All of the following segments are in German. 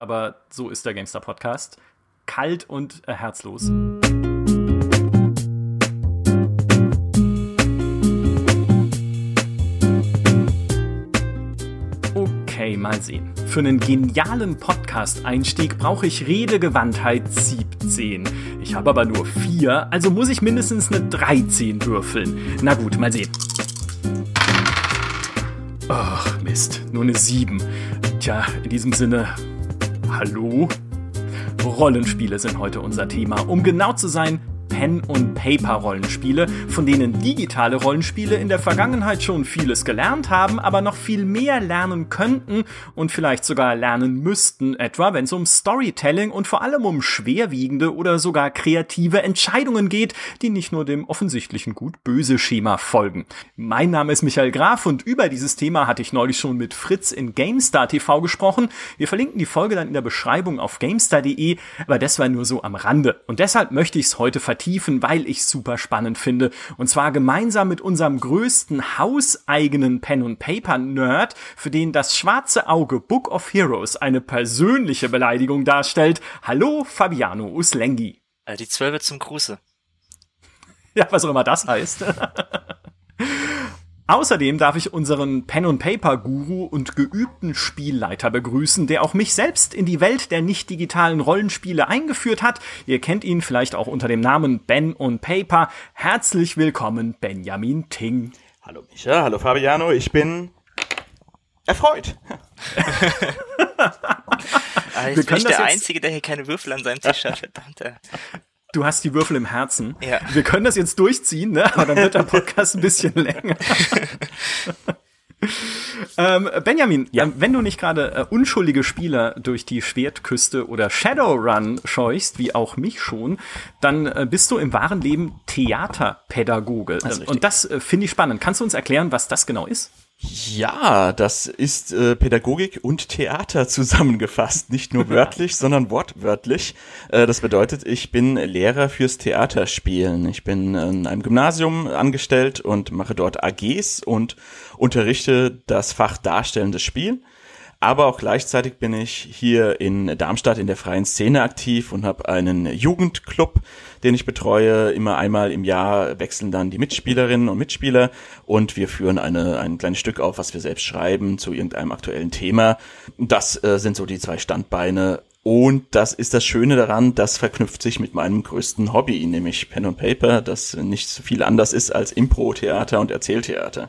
Aber so ist der GameStar-Podcast. Kalt und herzlos. Okay, mal sehen. Für einen genialen Podcast-Einstieg brauche ich Redegewandtheit 17. Ich habe aber nur 4, also muss ich mindestens eine 13 würfeln. Na gut, mal sehen. Ach, Mist, nur eine 7. Tja, in diesem Sinne, hallo? Rollenspiele sind heute unser Thema. Um genau zu sein, Pen-and-Paper-Rollenspiele, von denen digitale Rollenspiele in der Vergangenheit schon vieles gelernt haben, aber noch viel mehr lernen könnten und vielleicht sogar lernen müssten, etwa wenn es um Storytelling und vor allem um schwerwiegende oder sogar kreative Entscheidungen geht, die nicht nur dem offensichtlichen Gut-Böse-Schema folgen. Mein Name ist Michael Graf und über dieses Thema hatte ich neulich schon mit Fritz in GameStar TV gesprochen. Wir verlinken die Folge dann in der Beschreibung auf gamestar.de, aber das war nur so am Rande. Und deshalb möchte ich es heute vertiefen, weil ich es super spannend finde. Und zwar gemeinsam mit unserem größten hauseigenen Pen-and-Paper-Nerd, für den das schwarze Auge Book of Heroes eine persönliche Beleidigung darstellt. Hallo, Fabiano Uslengi. Die 12 zum Gruße. Ja, was auch immer das heißt. Außerdem darf ich unseren Pen-and-Paper-Guru und geübten Spielleiter begrüßen, der auch mich selbst in die Welt der nicht-digitalen Rollenspiele eingeführt hat. Ihr kennt ihn vielleicht auch unter dem Namen Ben und Paper. Herzlich willkommen, Benjamin Ting. Hallo Micha, hallo Fabiano, ich bin erfreut. Ich bin nicht der Einzige, der hier keine Würfel an seinem Tisch hat, verdammt. Du hast die Würfel im Herzen. Ja. Wir können das jetzt durchziehen, ne? Aber dann wird der Podcast ein bisschen länger. Benjamin, ja. Wenn du nicht gerade unschuldige Spieler durch die Schwertküste oder Shadowrun scheuchst, wie auch mich schon, dann bist du im wahren Leben Theaterpädagoge. Und das finde ich spannend. Kannst du uns erklären, was das genau ist? Ja, das ist Pädagogik und Theater zusammengefasst. Nicht nur wörtlich, sondern wortwörtlich. Das bedeutet, ich bin Lehrer fürs Theaterspielen. Ich bin in einem Gymnasium angestellt und mache dort AGs und unterrichte das Fach Darstellendes Spiel. Aber auch gleichzeitig bin ich hier in Darmstadt in der freien Szene aktiv und habe einen Jugendclub, den ich betreue. Immer einmal im Jahr wechseln dann die Mitspielerinnen und Mitspieler und wir führen ein kleines Stück auf, was wir selbst schreiben zu irgendeinem aktuellen Thema. Das sind so die 2 Standbeine. Und das ist das Schöne daran, das verknüpft sich mit meinem größten Hobby, nämlich Pen and Paper, das nicht so viel anders ist als Impro-Theater und Erzähltheater.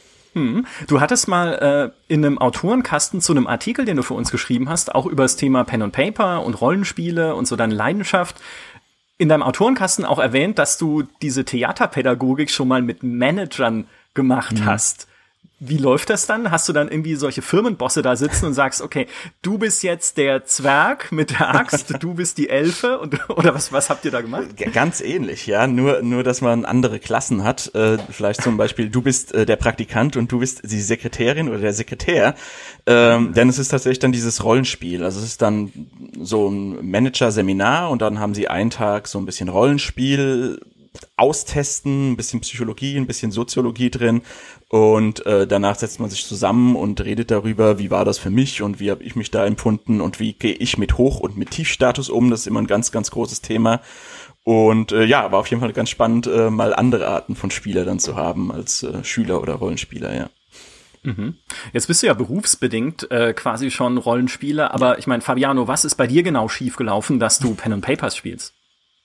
Du hattest mal in einem Autorenkasten zu einem Artikel, den du für uns geschrieben hast, auch über das Thema Pen and Paper und Rollenspiele und so deine Leidenschaft, in deinem Autorenkasten auch erwähnt, dass du diese Theaterpädagogik schon mal mit Managern gemacht hast. Wie läuft das dann? Hast du dann irgendwie solche Firmenbosse da sitzen und sagst, okay, du bist jetzt der Zwerg mit der Axt, du bist die Elfe oder was habt ihr da gemacht? Ganz ähnlich, ja, nur dass man andere Klassen hat. Vielleicht zum Beispiel, du bist der Praktikant und du bist die Sekretärin oder der Sekretär. Denn es ist tatsächlich dann dieses Rollenspiel. Also es ist dann so ein Manager-Seminar und dann haben sie einen Tag so ein bisschen Rollenspiel austesten, ein bisschen Psychologie, ein bisschen Soziologie drin und danach setzt man sich zusammen und redet darüber, wie war das für mich und wie habe ich mich da empfunden und wie gehe ich mit Hoch- und mit Tiefstatus um. Das ist immer ein ganz, ganz großes Thema und war auf jeden Fall ganz spannend, mal andere Arten von Spieler dann zu haben als Schüler oder Rollenspieler, ja. Jetzt bist du ja berufsbedingt quasi schon Rollenspieler, aber ich meine, Fabiano, was ist bei dir genau schiefgelaufen, dass du Pen and Papers spielst?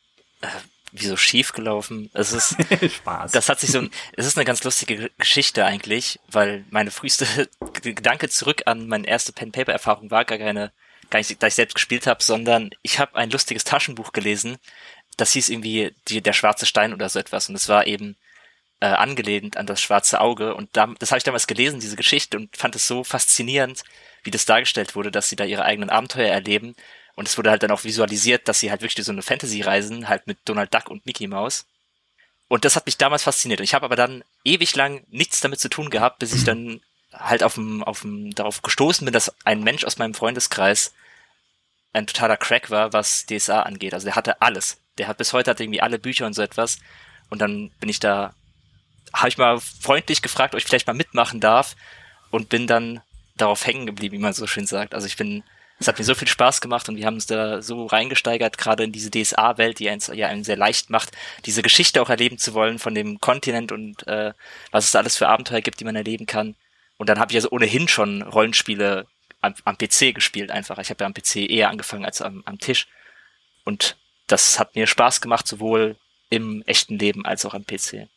Wieso schief gelaufen? Es ist Spaß. Es ist eine ganz lustige Geschichte eigentlich, weil meine früheste Gedanke zurück an meine erste Pen-Paper-Erfahrung war gar nicht, dass ich selbst gespielt habe, sondern ich habe ein lustiges Taschenbuch gelesen, das hieß irgendwie der schwarze Stein oder so etwas und es war eben angelehnt an das schwarze Auge und das habe ich damals gelesen, diese Geschichte und fand es so faszinierend, wie das dargestellt wurde, dass sie da ihre eigenen Abenteuer erleben. Und es wurde halt dann auch visualisiert, dass sie halt wirklich so eine Fantasy reisen, halt mit Donald Duck und Mickey Mouse. Und das hat mich damals fasziniert. Und ich habe aber dann ewig lang nichts damit zu tun gehabt, bis ich dann halt darauf gestoßen bin, dass ein Mensch aus meinem Freundeskreis ein totaler Crack war, was DSA angeht. Also der hatte alles. Bis heute hat er irgendwie alle Bücher und so etwas. Und dann habe ich mal freundlich gefragt, ob ich vielleicht mal mitmachen darf und bin dann darauf hängen geblieben, wie man so schön sagt. Also ich bin Es hat mir so viel Spaß gemacht und wir haben uns da so reingesteigert, gerade in diese DSA-Welt, die einen sehr leicht macht, diese Geschichte auch erleben zu wollen von dem Kontinent und was es da alles für Abenteuer gibt, die man erleben kann. Und dann habe ich also ohnehin schon Rollenspiele am PC gespielt einfach. Ich habe ja am PC eher angefangen als am Tisch. Und das hat mir Spaß gemacht, sowohl im echten Leben als auch am PC.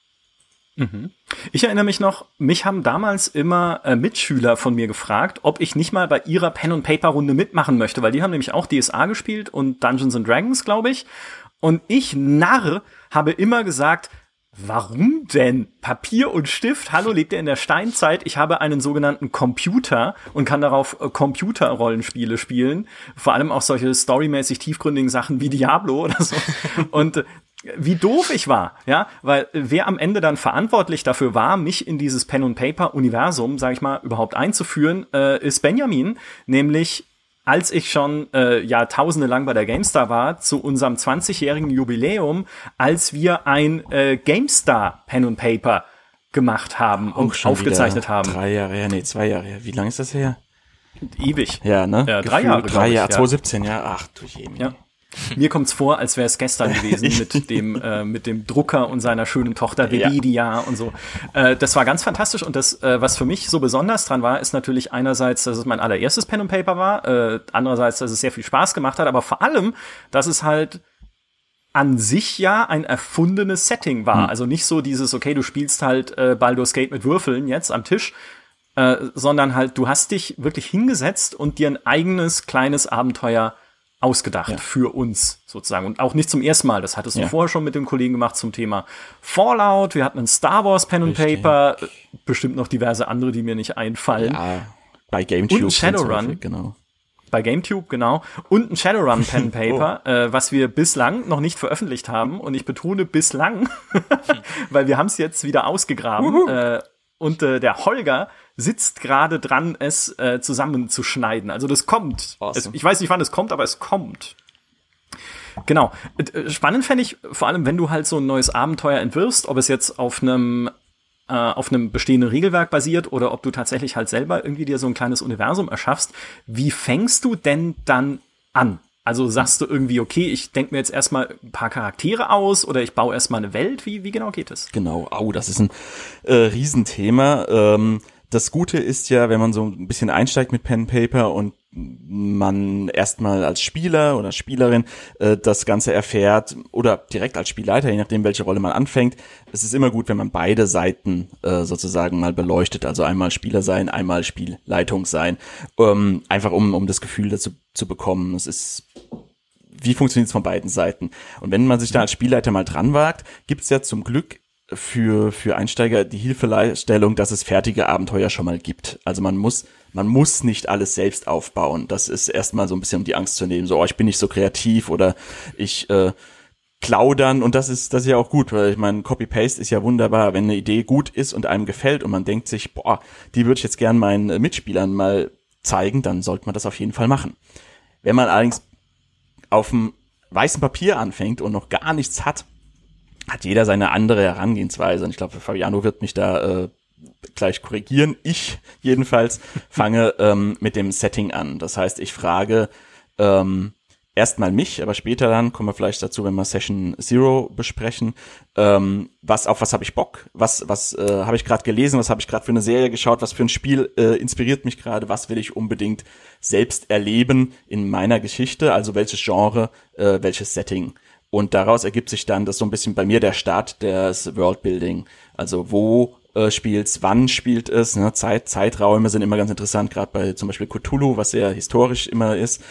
Ich erinnere mich noch, mich haben damals immer Mitschüler von mir gefragt, ob ich nicht mal bei ihrer Pen-and-Paper-Runde mitmachen möchte, weil die haben nämlich auch DSA gespielt und Dungeons and Dragons, glaube ich. Und ich, Narr, habe immer gesagt, warum denn? Papier und Stift? Hallo, lebt ihr in der Steinzeit? Ich habe einen sogenannten Computer und kann darauf Computerrollenspiele spielen. Vor allem auch solche storymäßig tiefgründigen Sachen wie Diablo oder so. Und wie doof ich war, ja, weil wer am Ende dann verantwortlich dafür war, mich in dieses Pen-and-Paper-Universum, sag ich mal, überhaupt einzuführen, ist Benjamin, nämlich als ich schon Jahrtausende lang bei der GameStar war, zu unserem 20-jährigen Jubiläum, als wir ein GameStar Pen-and-Paper gemacht haben und aufgezeichnet haben. 3 Jahre her, 2 Jahre her. Wie lange ist das her? Ewig. Ja, ne? 3 Jahre, 3 Jahre, ja. 2017, ja. Ach, du Jemine. Ja. Mir kommt's vor, als wäre es gestern gewesen mit dem Drucker und seiner schönen Tochter Viridia und so. Das war ganz fantastisch und das, was für mich so besonders dran war, ist natürlich einerseits, dass es mein allererstes Pen and Paper war, andererseits, dass es sehr viel Spaß gemacht hat, aber vor allem, dass es halt an sich ja ein erfundenes Setting war. Also nicht so dieses, okay, du spielst halt Baldur's Gate mit Würfeln jetzt am Tisch, sondern halt, du hast dich wirklich hingesetzt und dir ein eigenes kleines Abenteuer ausgedacht für uns sozusagen. Und auch nicht zum ersten Mal. Das hattest du vorher schon mit dem Kollegen gemacht zum Thema Fallout. Wir hatten ein Star Wars Pen and Paper. Bestimmt noch diverse andere, die mir nicht einfallen. Ja, bei GameTube. Und Shadowrun. Genau. Bei GameTube, genau. Und ein Shadowrun Pen and Paper, was wir bislang noch nicht veröffentlicht haben. Und ich betone bislang, weil wir haben es jetzt wieder ausgegraben. Und der Holger sitzt gerade dran, es zusammenzuschneiden. Also das kommt. Awesome. Ich weiß nicht, wann es kommt, aber es kommt. Genau. Spannend fände ich, vor allem, wenn du halt so ein neues Abenteuer entwirfst, ob es jetzt auf einem bestehenden Regelwerk basiert oder ob du tatsächlich halt selber irgendwie dir so ein kleines Universum erschaffst. Wie fängst du denn dann an? Also sagst du irgendwie, okay, ich denke mir jetzt erstmal ein paar Charaktere aus oder ich baue erstmal eine Welt. Wie genau geht es? Genau, das ist ein Riesenthema. Das Gute ist ja, wenn man so ein bisschen einsteigt mit Pen and Paper und man erstmal als Spieler oder Spielerin das Ganze erfährt oder direkt als Spielleiter, je nachdem, welche Rolle man anfängt. Es ist immer gut, wenn man beide Seiten sozusagen mal beleuchtet, also einmal Spieler sein, einmal Spielleitung sein, einfach um das Gefühl dazu zu bekommen. Es ist, wie funktioniert es von beiden Seiten? Und wenn man sich da als Spielleiter mal dran wagt, gibt's ja zum Glück für Einsteiger die Hilfestellung, dass es fertige Abenteuer schon mal gibt. Also man muss nicht alles selbst aufbauen. Das ist erstmal so ein bisschen, um die Angst zu nehmen. So, ich bin nicht so kreativ oder ich plaudern. Und das ist ja auch gut, weil ich meine, Copy-Paste ist ja wunderbar. Wenn eine Idee gut ist und einem gefällt und man denkt sich, die würde ich jetzt gern meinen Mitspielern mal zeigen, dann sollte man das auf jeden Fall machen. Wenn man allerdings auf dem weißen Papier anfängt und noch gar nichts hat jeder seine andere Herangehensweise. Und ich glaube, Fabiano wird mich da gleich korrigieren. Ich jedenfalls fange mit dem Setting an. Das heißt, ich frage erstmal mich, aber später dann kommen wir vielleicht dazu, wenn wir Session Zero besprechen. Auf was habe ich Bock? Was habe ich gerade gelesen? Was habe ich gerade für eine Serie geschaut? Was für ein Spiel inspiriert mich gerade? Was will ich unbedingt selbst erleben in meiner Geschichte? Also welches Genre, welches Setting? Und daraus ergibt sich dann, das so ein bisschen bei mir der Start des Worldbuilding. Also wo spielt's, wann spielt es, ne? Zeiträume sind immer ganz interessant, gerade bei zum Beispiel Cthulhu, was sehr historisch immer ist.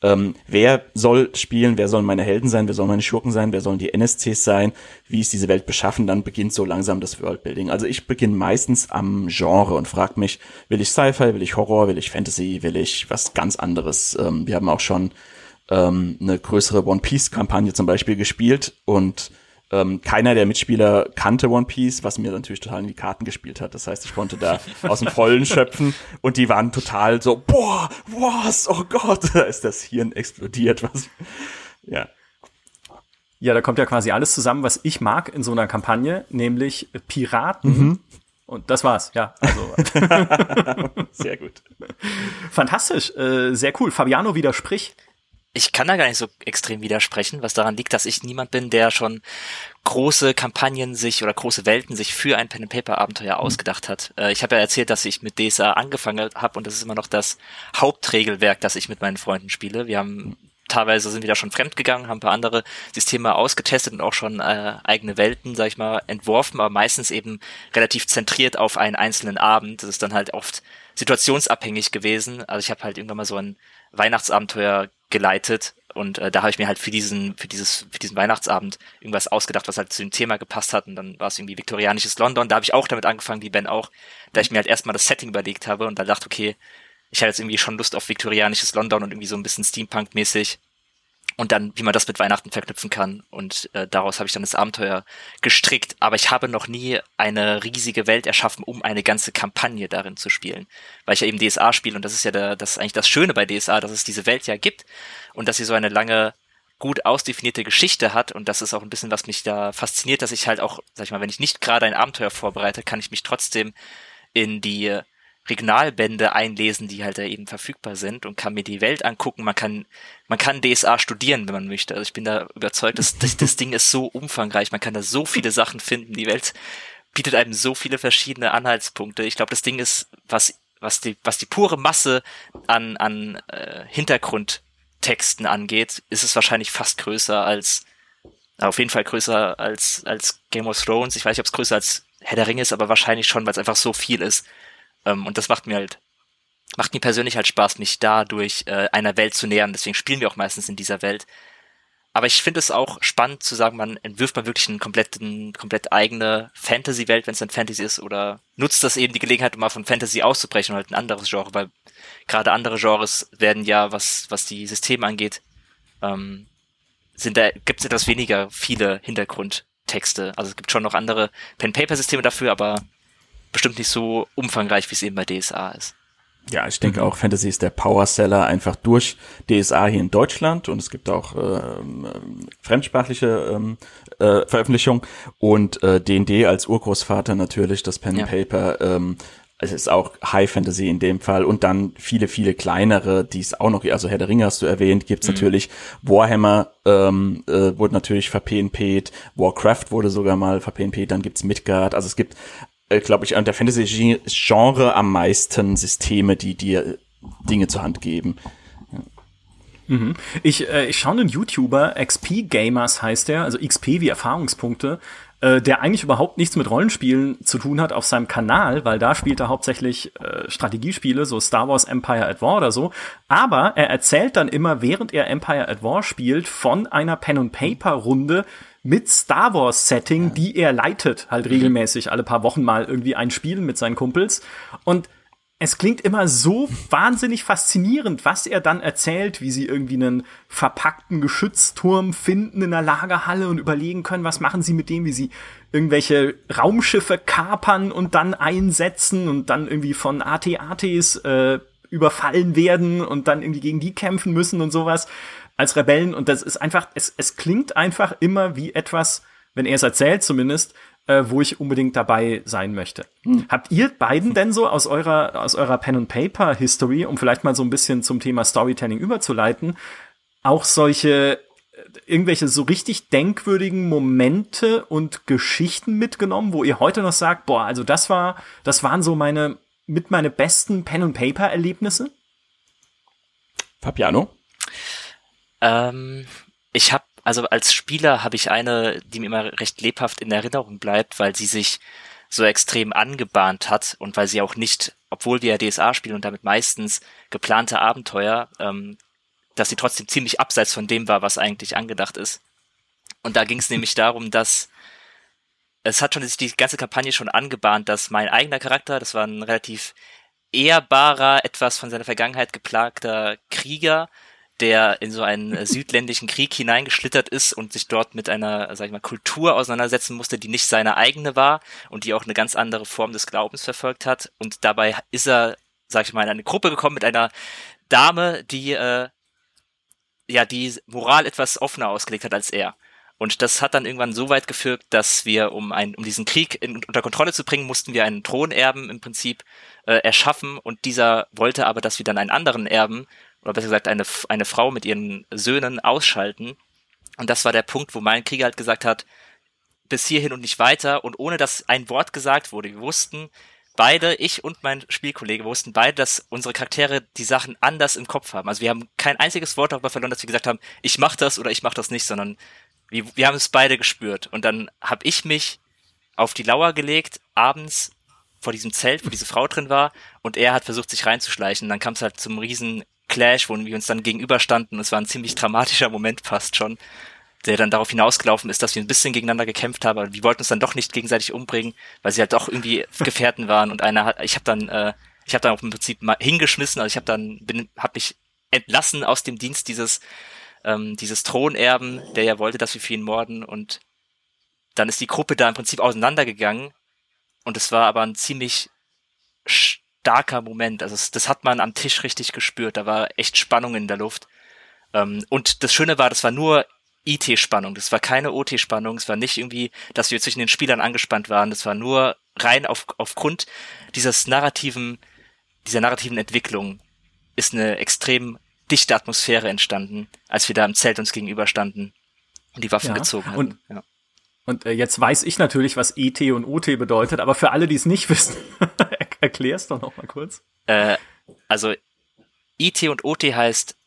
Wer soll spielen, wer sollen meine Helden sein, wer sollen meine Schurken sein, wer sollen die NSCs sein, wie ist diese Welt beschaffen, dann beginnt so langsam das Worldbuilding. Also ich beginne meistens am Genre und frage mich, will ich Sci-Fi, will ich Horror, will ich Fantasy, will ich was ganz anderes. Wir haben auch schon eine größere One-Piece-Kampagne zum Beispiel gespielt und keiner der Mitspieler kannte One Piece, was mir natürlich total in die Karten gespielt hat. Das heißt, ich konnte da aus dem Vollen schöpfen und die waren total so, was, oh Gott, da ist das Hirn explodiert, ja. Ja, da kommt ja quasi alles zusammen, was ich mag in so einer Kampagne, nämlich Piraten Und das war's, ja. Also sehr gut. Fantastisch, sehr cool. Fabiano, widersprich. Ich kann da gar nicht so extrem widersprechen, was daran liegt, dass ich niemand bin, der schon große Kampagnen oder große Welten sich für ein Pen-and-Paper-Abenteuer ausgedacht hat. Ich habe ja erzählt, dass ich mit DSA angefangen habe und das ist immer noch das Hauptregelwerk, das ich mit meinen Freunden spiele. Teilweise sind wir da schon fremdgegangen, haben ein paar andere Systeme ausgetestet und auch schon eigene Welten, sag ich mal, entworfen, aber meistens eben relativ zentriert auf einen einzelnen Abend. Das ist dann halt oft situationsabhängig gewesen. Also ich habe halt irgendwann mal so ein Weihnachtsabenteuer geleitet und da habe ich mir halt für diesen Weihnachtsabend irgendwas ausgedacht, was halt zu dem Thema gepasst hat und dann war es irgendwie viktorianisches London. Da habe ich auch damit angefangen, wie Ben auch, da ich mir halt erstmal das Setting überlegt habe und da dachte, okay, ich hatte jetzt irgendwie schon Lust auf viktorianisches London und irgendwie so ein bisschen Steampunk-mäßig und dann, wie man das mit Weihnachten verknüpfen kann und daraus habe ich dann das Abenteuer gestrickt, aber ich habe noch nie eine riesige Welt erschaffen, um eine ganze Kampagne darin zu spielen, weil ich ja eben DSA spiele und das ist ja das ist eigentlich das Schöne bei DSA, dass es diese Welt ja gibt und dass sie so eine lange, gut ausdefinierte Geschichte hat und das ist auch ein bisschen, was mich da fasziniert, dass ich halt auch, sag ich mal, wenn ich nicht gerade ein Abenteuer vorbereite, kann ich mich trotzdem in die Regionalbände einlesen, die halt da eben verfügbar sind und kann mir die Welt angucken. Man kann DSA studieren, wenn man möchte. Also ich bin da überzeugt, dass das Ding ist so umfangreich. Man kann da so viele Sachen finden. Die Welt bietet einem so viele verschiedene Anhaltspunkte. Ich glaube, das Ding ist, was die pure Masse an Hintergrundtexten angeht, ist es wahrscheinlich fast auf jeden Fall größer als Game of Thrones. Ich weiß nicht, ob es größer als Herr der Ringe ist, aber wahrscheinlich schon, weil es einfach so viel ist. Und das macht mir persönlich halt Spaß, mich dadurch einer Welt zu nähern. Deswegen spielen wir auch meistens in dieser Welt. Aber ich finde es auch spannend zu sagen, man entwirft mal wirklich eine komplett eigene Fantasy-Welt, wenn es dann Fantasy ist, oder nutzt das eben die Gelegenheit, um mal von Fantasy auszubrechen und halt ein anderes Genre, weil gerade andere Genres werden ja, was die Systeme angeht, gibt es etwas weniger viele Hintergrundtexte. Also es gibt schon noch andere Pen-Paper-Systeme dafür, aber bestimmt nicht so umfangreich, wie es eben bei DSA ist. Ja, ich denke auch, Fantasy ist der Powerseller einfach durch DSA hier in Deutschland und es gibt auch fremdsprachliche Veröffentlichungen und D&D als Urgroßvater natürlich, das Pen and Paper, es ist auch High Fantasy in dem Fall und dann viele, viele kleinere, die es auch noch, also Herr der Ringe hast du erwähnt, gibt's natürlich, Warhammer wurde natürlich verPNP't, Warcraft wurde sogar mal verPNP't, dann gibt's Midgard, also es gibt glaube ich, an der Fantasy-Genre am meisten Systeme, die dir Dinge zur Hand geben. Ja. Mhm. Ich schaue einen YouTuber, XP Gamers heißt der, also XP wie Erfahrungspunkte, der eigentlich überhaupt nichts mit Rollenspielen zu tun hat auf seinem Kanal, weil da spielt er hauptsächlich Strategiespiele, so Star Wars Empire at War oder so. Aber er erzählt dann immer, während er Empire at War spielt, von einer Pen-and-Paper-Runde mit Star Wars Setting, die er leitet, halt regelmäßig alle paar Wochen mal irgendwie ein Spiel mit seinen Kumpels. Und es klingt immer so wahnsinnig faszinierend, was er dann erzählt, wie sie irgendwie einen verpackten Geschützturm finden in einer Lagerhalle und überlegen können, was machen sie mit dem, wie sie irgendwelche Raumschiffe kapern und dann einsetzen und dann irgendwie von AT-ATs überfallen werden und dann irgendwie gegen die kämpfen müssen und sowas als Rebellen. Und das ist einfach, es klingt einfach immer wie etwas, wenn er es erzählt zumindest, wo ich unbedingt dabei sein möchte. Habt ihr beiden denn so aus eurer Pen-and-Paper-History, um vielleicht mal so ein bisschen zum Thema Storytelling überzuleiten, auch solche irgendwelche so richtig denkwürdigen Momente und Geschichten mitgenommen, wo ihr heute noch sagt, boah, also das waren so meine besten Pen-and-Paper-Erlebnisse? Fabiano? Also als Spieler habe ich eine, die mir immer recht lebhaft in Erinnerung bleibt, weil sie sich so extrem angebahnt hat und weil sie auch nicht, obwohl wir ja DSA spielen und damit meistens geplante Abenteuer, dass sie trotzdem ziemlich abseits von dem war, was eigentlich angedacht ist. Und da ging es nämlich darum, dass es hat schon die ganze Kampagne schon angebahnt, dass mein eigener Charakter, das war ein relativ ehrbarer, etwas von seiner Vergangenheit geplagter Krieger, der in so einen südländischen Krieg hineingeschlittert ist und sich dort mit einer, sag ich mal, Kultur auseinandersetzen musste, die nicht seine eigene war und die auch eine ganz andere Form des Glaubens verfolgt hat. Und dabei ist er, sag ich mal, in eine Gruppe gekommen mit einer Dame, die die Moral etwas offener ausgelegt hat als er. Und das hat dann irgendwann so weit geführt, dass wir, um diesen Krieg unter Kontrolle zu bringen, mussten wir einen Thronerben im Prinzip erschaffen. Und dieser wollte aber, dass wir dann einen anderen Erben, oder besser gesagt eine Frau mit ihren Söhnen ausschalten. Und das war der Punkt, wo mein Krieger halt gesagt hat, bis hierhin und nicht weiter. Und ohne dass ein Wort gesagt wurde, wir wussten beide, ich und mein Spielkollege, wussten beide, dass unsere Charaktere die Sachen anders im Kopf haben. Also wir haben kein einziges Wort darüber verloren, dass wir gesagt haben, ich mach das oder ich mach das nicht, sondern wir haben es beide gespürt. Und dann habe ich mich auf die Lauer gelegt, abends vor diesem Zelt, wo diese Frau drin war, und er hat versucht, sich reinzuschleichen. Und dann kam es halt zum riesen Clash, wo wir uns dann gegenüberstanden. Und es war ein ziemlich dramatischer Moment fast schon, der dann darauf hinausgelaufen ist, dass wir ein bisschen gegeneinander gekämpft haben. Aber wir wollten uns dann doch nicht gegenseitig umbringen, weil sie halt doch irgendwie Gefährten waren. Und ich habe dann auch im Prinzip mal hingeschmissen. Also hab mich entlassen aus dem Dienst dieses Thronerben, der ja wollte, dass wir für ihn morden, und dann ist die Gruppe da im Prinzip auseinandergegangen, und es war aber ein ziemlich starker Moment, also das hat man am Tisch richtig gespürt, da war echt Spannung in der Luft, und das Schöne war, das war nur IT-Spannung, das war keine OT-Spannung, es war nicht irgendwie, dass wir zwischen den Spielern angespannt waren, das war nur rein aufgrund dieser narrativen Entwicklung ist eine extrem dichte Atmosphäre entstanden, als wir da im Zelt uns gegenüberstanden und die Waffen gezogen hatten. Und jetzt weiß ich natürlich, was ET und OT bedeutet, aber für alle, die es nicht wissen, erklär's doch noch mal kurz. Also ET und OT heißt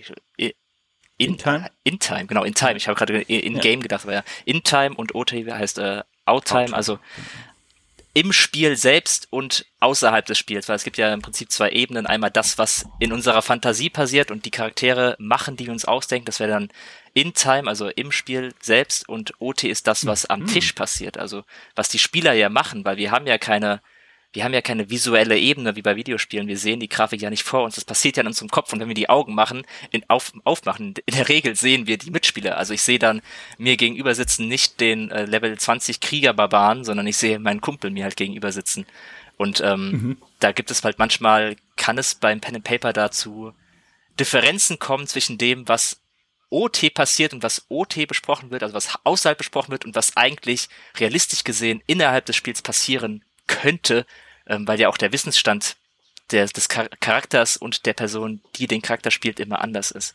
In-Time? In-Time, genau, In-Time. Ich habe gerade In-Game gedacht, aber ja. In-Time und OT heißt Out-Time, also im Spiel selbst und außerhalb des Spiels, weil es gibt ja im Prinzip zwei Ebenen. Einmal das, was in unserer Fantasie passiert und die Charaktere machen, die wir uns ausdenken. Das wäre dann In-Time, also im Spiel selbst, und OT ist das, was am Tisch passiert, also was die Spieler ja machen, weil wir haben ja keine visuelle Ebene wie bei Videospielen. Wir sehen die Grafik ja nicht vor uns. Das passiert ja in unserem Kopf. Und wenn wir die Augen aufmachen, in der Regel sehen wir die Mitspieler. Also ich sehe dann mir gegenüber sitzen nicht den Level 20 Krieger-Barbaren, sondern ich sehe meinen Kumpel mir halt gegenüber sitzen. Und da gibt es halt manchmal, kann es beim Pen and Paper dazu Differenzen kommen zwischen dem, was OT passiert und was OT besprochen wird, also was außerhalb besprochen wird und was eigentlich realistisch gesehen innerhalb des Spiels passieren könnte, weil ja auch der Wissensstand des Charakters und der Person, die den Charakter spielt, immer anders ist.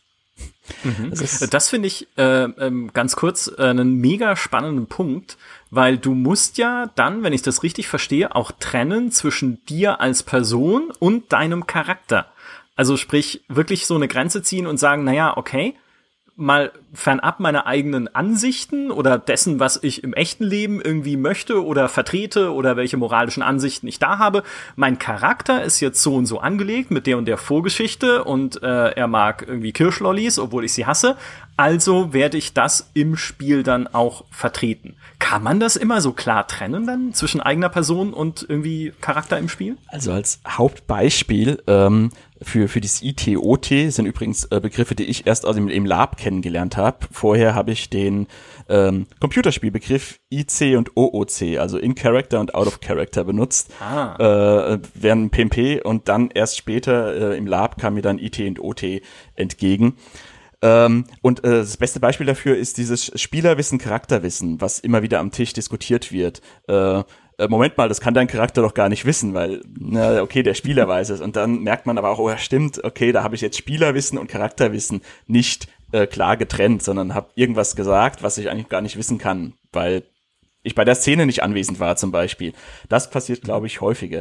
Das finde ich ganz kurz einen mega spannenden Punkt, weil du musst ja dann, wenn ich das richtig verstehe, auch trennen zwischen dir als Person und deinem Charakter. Also sprich, wirklich so eine Grenze ziehen und sagen, naja, okay, mal fernab meiner eigenen Ansichten oder dessen, was ich im echten Leben irgendwie möchte oder vertrete oder welche moralischen Ansichten ich da habe. Mein Charakter ist jetzt so und so angelegt mit der und der Vorgeschichte und er mag irgendwie Kirschlollis, obwohl ich sie hasse. Also werde ich das im Spiel dann auch vertreten. Kann man das immer so klar trennen dann zwischen eigener Person und irgendwie Charakter im Spiel? Also als Hauptbeispiel für dieses IT-OT sind übrigens Begriffe, die ich erst aus dem Lab kennengelernt habe. Vorher habe ich den Computerspielbegriff IC und OOC, also In Character und Out of Character benutzt. Während PMP, und dann erst später im Lab kam mir dann IT und OT entgegen. Und das beste Beispiel dafür ist dieses Spielerwissen, Charakterwissen, was immer wieder am Tisch diskutiert wird. Moment mal, das kann dein Charakter doch gar nicht wissen, weil, okay, der Spieler weiß es. Und dann merkt man aber auch, oh ja, stimmt, okay, da habe ich jetzt Spielerwissen und Charakterwissen nicht klar getrennt, sondern habe irgendwas gesagt, was ich eigentlich gar nicht wissen kann, weil ich bei der Szene nicht anwesend war zum Beispiel. Das passiert, glaube ich, häufiger.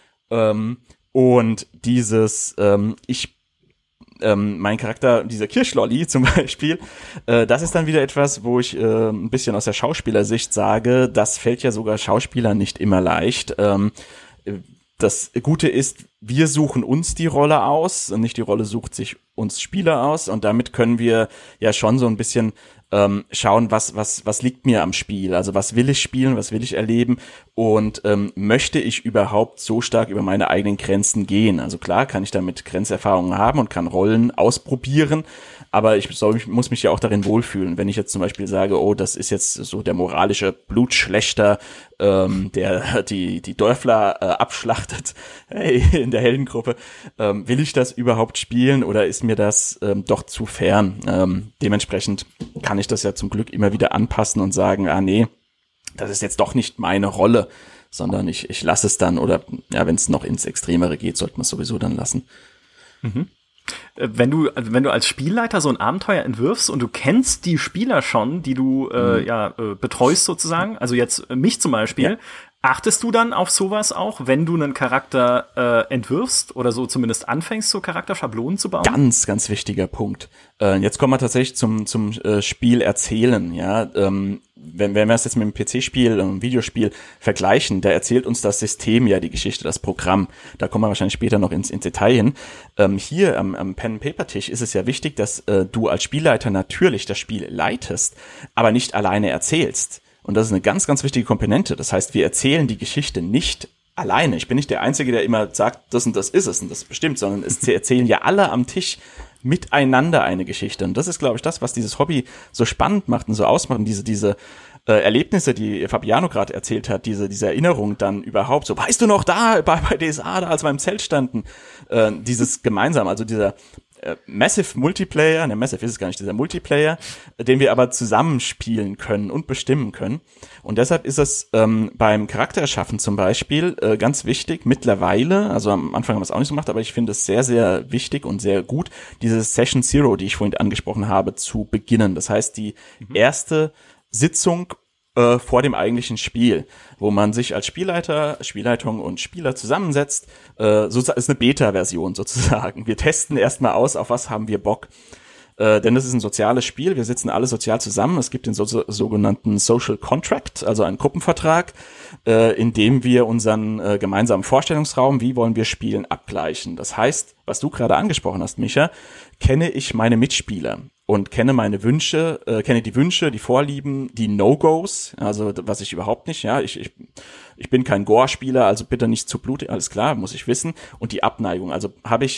Und dieses, mein Charakter, dieser Kirschlolli zum Beispiel, das ist dann wieder etwas, wo ich ein bisschen aus der Schauspielersicht sage, das fällt ja sogar Schauspielern nicht immer leicht. Das Gute ist, wir suchen uns die Rolle aus und nicht die Rolle sucht sich uns Spieler aus, und damit können wir ja schon so ein bisschen schauen, was liegt mir am Spiel, also was will ich spielen, was will ich erleben, und möchte ich überhaupt so stark über meine eigenen Grenzen gehen. Also klar kann ich damit Grenzerfahrungen haben und kann Rollen ausprobieren, aber ich muss mich ja auch darin wohlfühlen. Wenn ich jetzt zum Beispiel sage, oh, das ist jetzt so der moralische Blutschlechter, der die Dörfler abschlachtet, hey, in der Heldengruppe, will ich das überhaupt spielen oder ist mir das doch zu fern? Dementsprechend kann ich das ja zum Glück immer wieder anpassen und sagen, nee, das ist jetzt doch nicht meine Rolle, sondern ich lasse es dann, oder ja, wenn es noch ins Extremere geht, sollte man es sowieso dann lassen. Mhm. Wenn du als Spielleiter so ein Abenteuer entwirfst und du kennst die Spieler schon, die du betreust sozusagen, also jetzt mich zum Beispiel, achtest du dann auf sowas auch, wenn du einen Charakter entwirfst oder so zumindest anfängst, so Charakterschablonen zu bauen? Ganz, ganz wichtiger Punkt. Jetzt kommen wir tatsächlich zum Spiel erzählen, ja. Wenn wir es jetzt mit einem PC-Spiel, einem Videospiel vergleichen, da erzählt uns das System ja die Geschichte, das Programm. Da kommen wir wahrscheinlich später noch ins Detail hin. Hier am Pen-and-Paper-Tisch ist es ja wichtig, dass du als Spielleiter natürlich das Spiel leitest, aber nicht alleine erzählst. Und das ist eine ganz, ganz wichtige Komponente. Das heißt, wir erzählen die Geschichte nicht alleine. Ich bin nicht der Einzige, der immer sagt, das und das ist es und das bestimmt, sondern es erzählen ja alle am Tisch miteinander eine Geschichte. Und das ist, glaube ich, das, was dieses Hobby so spannend macht und so ausmacht. Und diese Erlebnisse, die Fabiano gerade erzählt hat, diese Erinnerung dann überhaupt, so, weißt du noch, da bei DSA, da als wir im Zelt standen, dieses gemeinsam, also dieser Massive Multiplayer, Massive ist es gar nicht, dieser Multiplayer, den wir aber zusammenspielen können und bestimmen können. Und deshalb ist es beim Charaktererschaffen zum Beispiel ganz wichtig, mittlerweile, also am Anfang haben wir es auch nicht so gemacht, aber ich finde es sehr, sehr wichtig und sehr gut, diese Session Zero, die ich vorhin angesprochen habe, zu beginnen. Das heißt, die erste Sitzung vor dem eigentlichen Spiel, wo man sich als Spielleiter, Spielleitung und Spieler zusammensetzt. Sozusagen ist eine Beta-Version sozusagen. Wir testen erstmal aus, auf was haben wir Bock. Denn das ist ein soziales Spiel. Wir sitzen alle sozial zusammen. Es gibt den sogenannten Social Contract, also einen Gruppenvertrag, in dem wir unseren gemeinsamen Vorstellungsraum, wie wollen wir spielen, abgleichen. Das heißt, was du gerade angesprochen hast, Micha, kenne ich meine Mitspieler und kenne meine Wünsche, kenne die Wünsche, die Vorlieben, die No-Gos, also was ich überhaupt nicht, ja, ich bin kein Gore-Spieler, also bitte nicht zu blutig, alles klar, muss ich wissen, und die Abneigung, also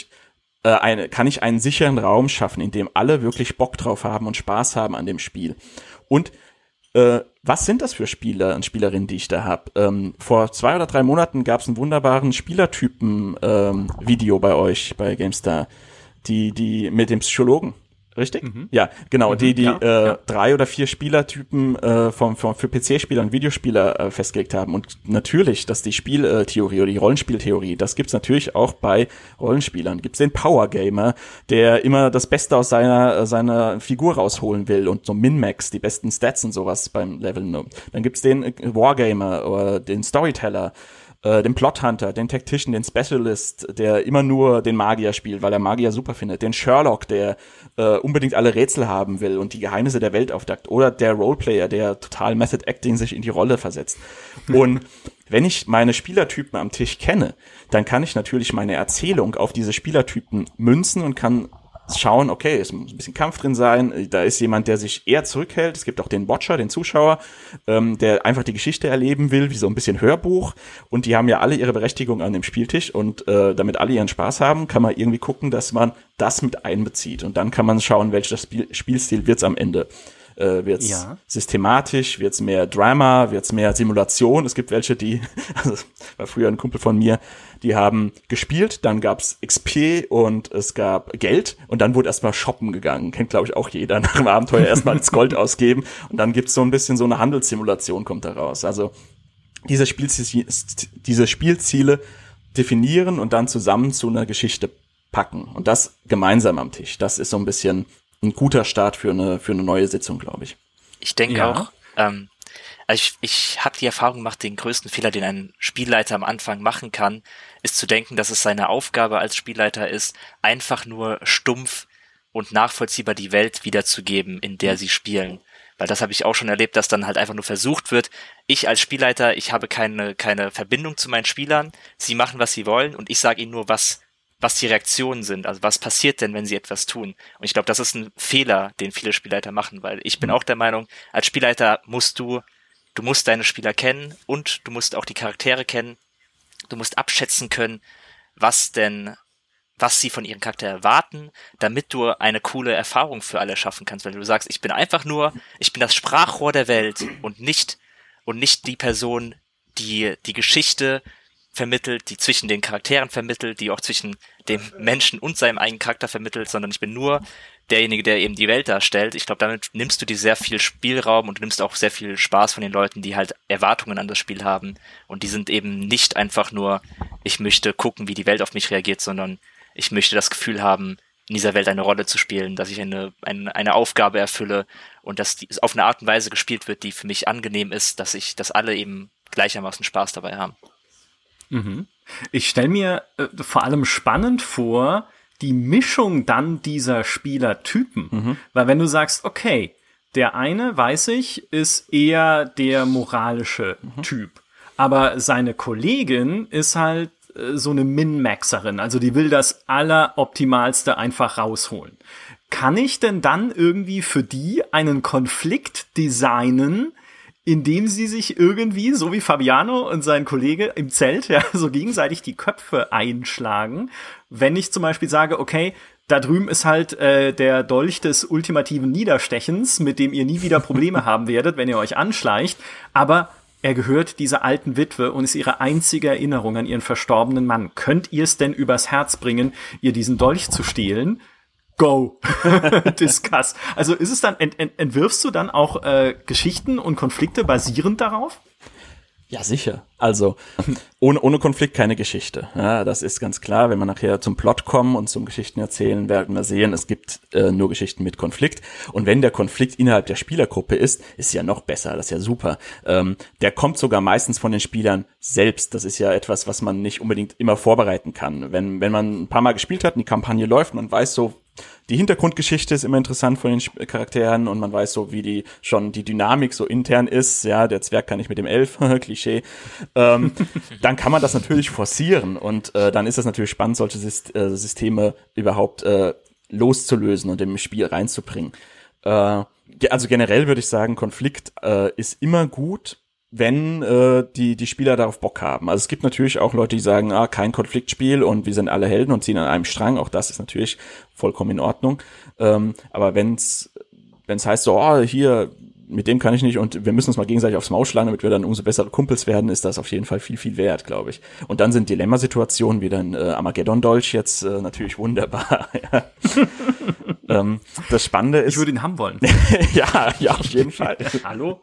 kann ich einen sicheren Raum schaffen, in dem alle wirklich Bock drauf haben und Spaß haben an dem Spiel. Und was sind das für Spieler und Spielerinnen, die ich da habe? Vor 2 oder 3 Monaten gab es einen wunderbaren Spielertypen-Video bei euch, bei GameStar, die mit dem Psychologen. Richtig? Mhm. Ja, genau. Die 3 oder 4 Spielertypen für PC-Spieler und Videospieler festgelegt haben. Und natürlich, dass die Spieltheorie oder die Rollenspieltheorie, das gibt's natürlich auch bei Rollenspielern. Gibt's den Power Gamer, der immer das Beste aus seiner Figur rausholen will und so Min-Max, die besten Stats und sowas beim Leveln. Dann gibt's den Wargamer oder den Storyteller, den Plothunter, den Tactician, den Specialist, der immer nur den Magier spielt, weil er Magier super findet, den Sherlock, der unbedingt alle Rätsel haben will und die Geheimnisse der Welt aufdeckt, oder der Roleplayer, der total Method Acting sich in die Rolle versetzt. Und wenn ich meine Spielertypen am Tisch kenne, dann kann ich natürlich meine Erzählung auf diese Spielertypen münzen und kann schauen, okay, es muss ein bisschen Kampf drin sein, da ist jemand, der sich eher zurückhält, es gibt auch den Watcher, den Zuschauer, der einfach die Geschichte erleben will, wie so ein bisschen Hörbuch, und die haben ja alle ihre Berechtigung an dem Spieltisch, und damit alle ihren Spaß haben, kann man irgendwie gucken, dass man das mit einbezieht, und dann kann man schauen, welcher Spielstil wird's am Ende. Wird's systematisch, wird's mehr Drama, wird's mehr Simulation. Es gibt welche, also war früher ein Kumpel von mir, die haben gespielt, dann gab's XP und es gab Geld, und dann wurde erstmal shoppen gegangen. Kennt, glaube ich, auch jeder, nach dem Abenteuer erstmal das Gold ausgeben, und dann gibt's so ein bisschen so eine Handelssimulation kommt da raus. Also diese Spielziele definieren und dann zusammen zu einer Geschichte packen, und das gemeinsam am Tisch. Das ist so ein bisschen ein guter Start für eine neue Sitzung, glaube ich. Ich denke auch, also ich habe die Erfahrung gemacht, den größten Fehler, den ein Spielleiter am Anfang machen kann, ist zu denken, dass es seine Aufgabe als Spielleiter ist, einfach nur stumpf und nachvollziehbar die Welt wiederzugeben, in der sie spielen. Weil das habe ich auch schon erlebt, dass dann halt einfach nur versucht wird, ich als Spielleiter, ich habe keine Verbindung zu meinen Spielern, sie machen, was sie wollen, und ich sage ihnen nur, was die Reaktionen sind, also was passiert denn, wenn sie etwas tun. Und ich glaube, das ist ein Fehler, den viele Spielleiter machen, weil ich bin auch der Meinung, als Spielleiter musst du musst deine Spieler kennen, und du musst auch die Charaktere kennen. Du musst abschätzen können, was sie von ihrem Charakter erwarten, damit du eine coole Erfahrung für alle schaffen kannst. Wenn du sagst, ich bin das Sprachrohr der Welt und nicht die Person, die Geschichte vermittelt, die zwischen den Charakteren vermittelt, die auch zwischen dem Menschen und seinem eigenen Charakter vermittelt, sondern ich bin nur derjenige, der eben die Welt darstellt. Ich glaube, damit nimmst du dir sehr viel Spielraum und du nimmst auch sehr viel Spaß von den Leuten, die halt Erwartungen an das Spiel haben. Und die sind eben nicht einfach nur, ich möchte gucken, wie die Welt auf mich reagiert, sondern ich möchte das Gefühl haben, in dieser Welt eine Rolle zu spielen, dass ich eine Aufgabe erfülle und dass die auf eine Art und Weise gespielt wird, die für mich angenehm ist, dass alle eben gleichermaßen Spaß dabei haben. Mhm. Ich stelle mir vor allem spannend vor, die Mischung dann dieser Spielertypen. Mhm. Weil wenn du sagst, okay, der eine, weiß ich, ist eher der moralische Typ. Aber seine Kollegin ist halt so eine Min-Maxerin. Also die will das Alleroptimalste einfach rausholen. Kann ich denn dann irgendwie für die einen Konflikt designen, indem sie sich irgendwie, so wie Fabiano und sein Kollege im Zelt, ja, so gegenseitig die Köpfe einschlagen? Wenn ich zum Beispiel sage, okay, da drüben ist halt der Dolch des ultimativen Niederstechens, mit dem ihr nie wieder Probleme haben werdet, wenn ihr euch anschleicht, aber er gehört dieser alten Witwe und ist ihre einzige Erinnerung an ihren verstorbenen Mann. Könnt ihr es denn übers Herz bringen, ihr diesen Dolch zu stehlen? Go. Discuss. Also ist es dann, entwirfst du dann auch Geschichten und Konflikte basierend darauf? Ja, sicher. Also ohne Konflikt keine Geschichte. Ja, das ist ganz klar. Wenn wir nachher zum Plot kommen und zum Geschichten erzählen, werden wir sehen, es gibt nur Geschichten mit Konflikt. Und wenn der Konflikt innerhalb der Spielergruppe ist ja noch besser. Das ist ja super. Der kommt sogar meistens von den Spielern selbst. Das ist ja etwas, was man nicht unbedingt immer vorbereiten kann. Wenn man ein paar Mal gespielt hat und die Kampagne läuft, man weiß so, die Hintergrundgeschichte ist immer interessant von den Charakteren und man weiß so, wie die Dynamik so intern ist. Ja, der Zwerg kann nicht mit dem Elf, Klischee. Dann kann man das natürlich forcieren und dann ist es natürlich spannend, solche Systeme überhaupt loszulösen und im Spiel reinzubringen. Also generell würde ich sagen, Konflikt ist immer gut, wenn die Spieler darauf Bock haben. Also es gibt natürlich auch Leute, die sagen, kein Konfliktspiel und wir sind alle Helden und ziehen an einem Strang. Auch das ist natürlich vollkommen in Ordnung. Aber wenn's heißt so, hier, mit dem kann ich nicht und wir müssen uns mal gegenseitig aufs Maul schlagen, damit wir dann umso bessere Kumpels werden, ist das auf jeden Fall viel, viel wert, glaube ich. Und dann sind Dilemmasituationen wie ein Armageddon-Dolch jetzt natürlich wunderbar. Das Spannende ist... Ich würde ihn haben wollen. ja, auf jeden Fall. Hallo?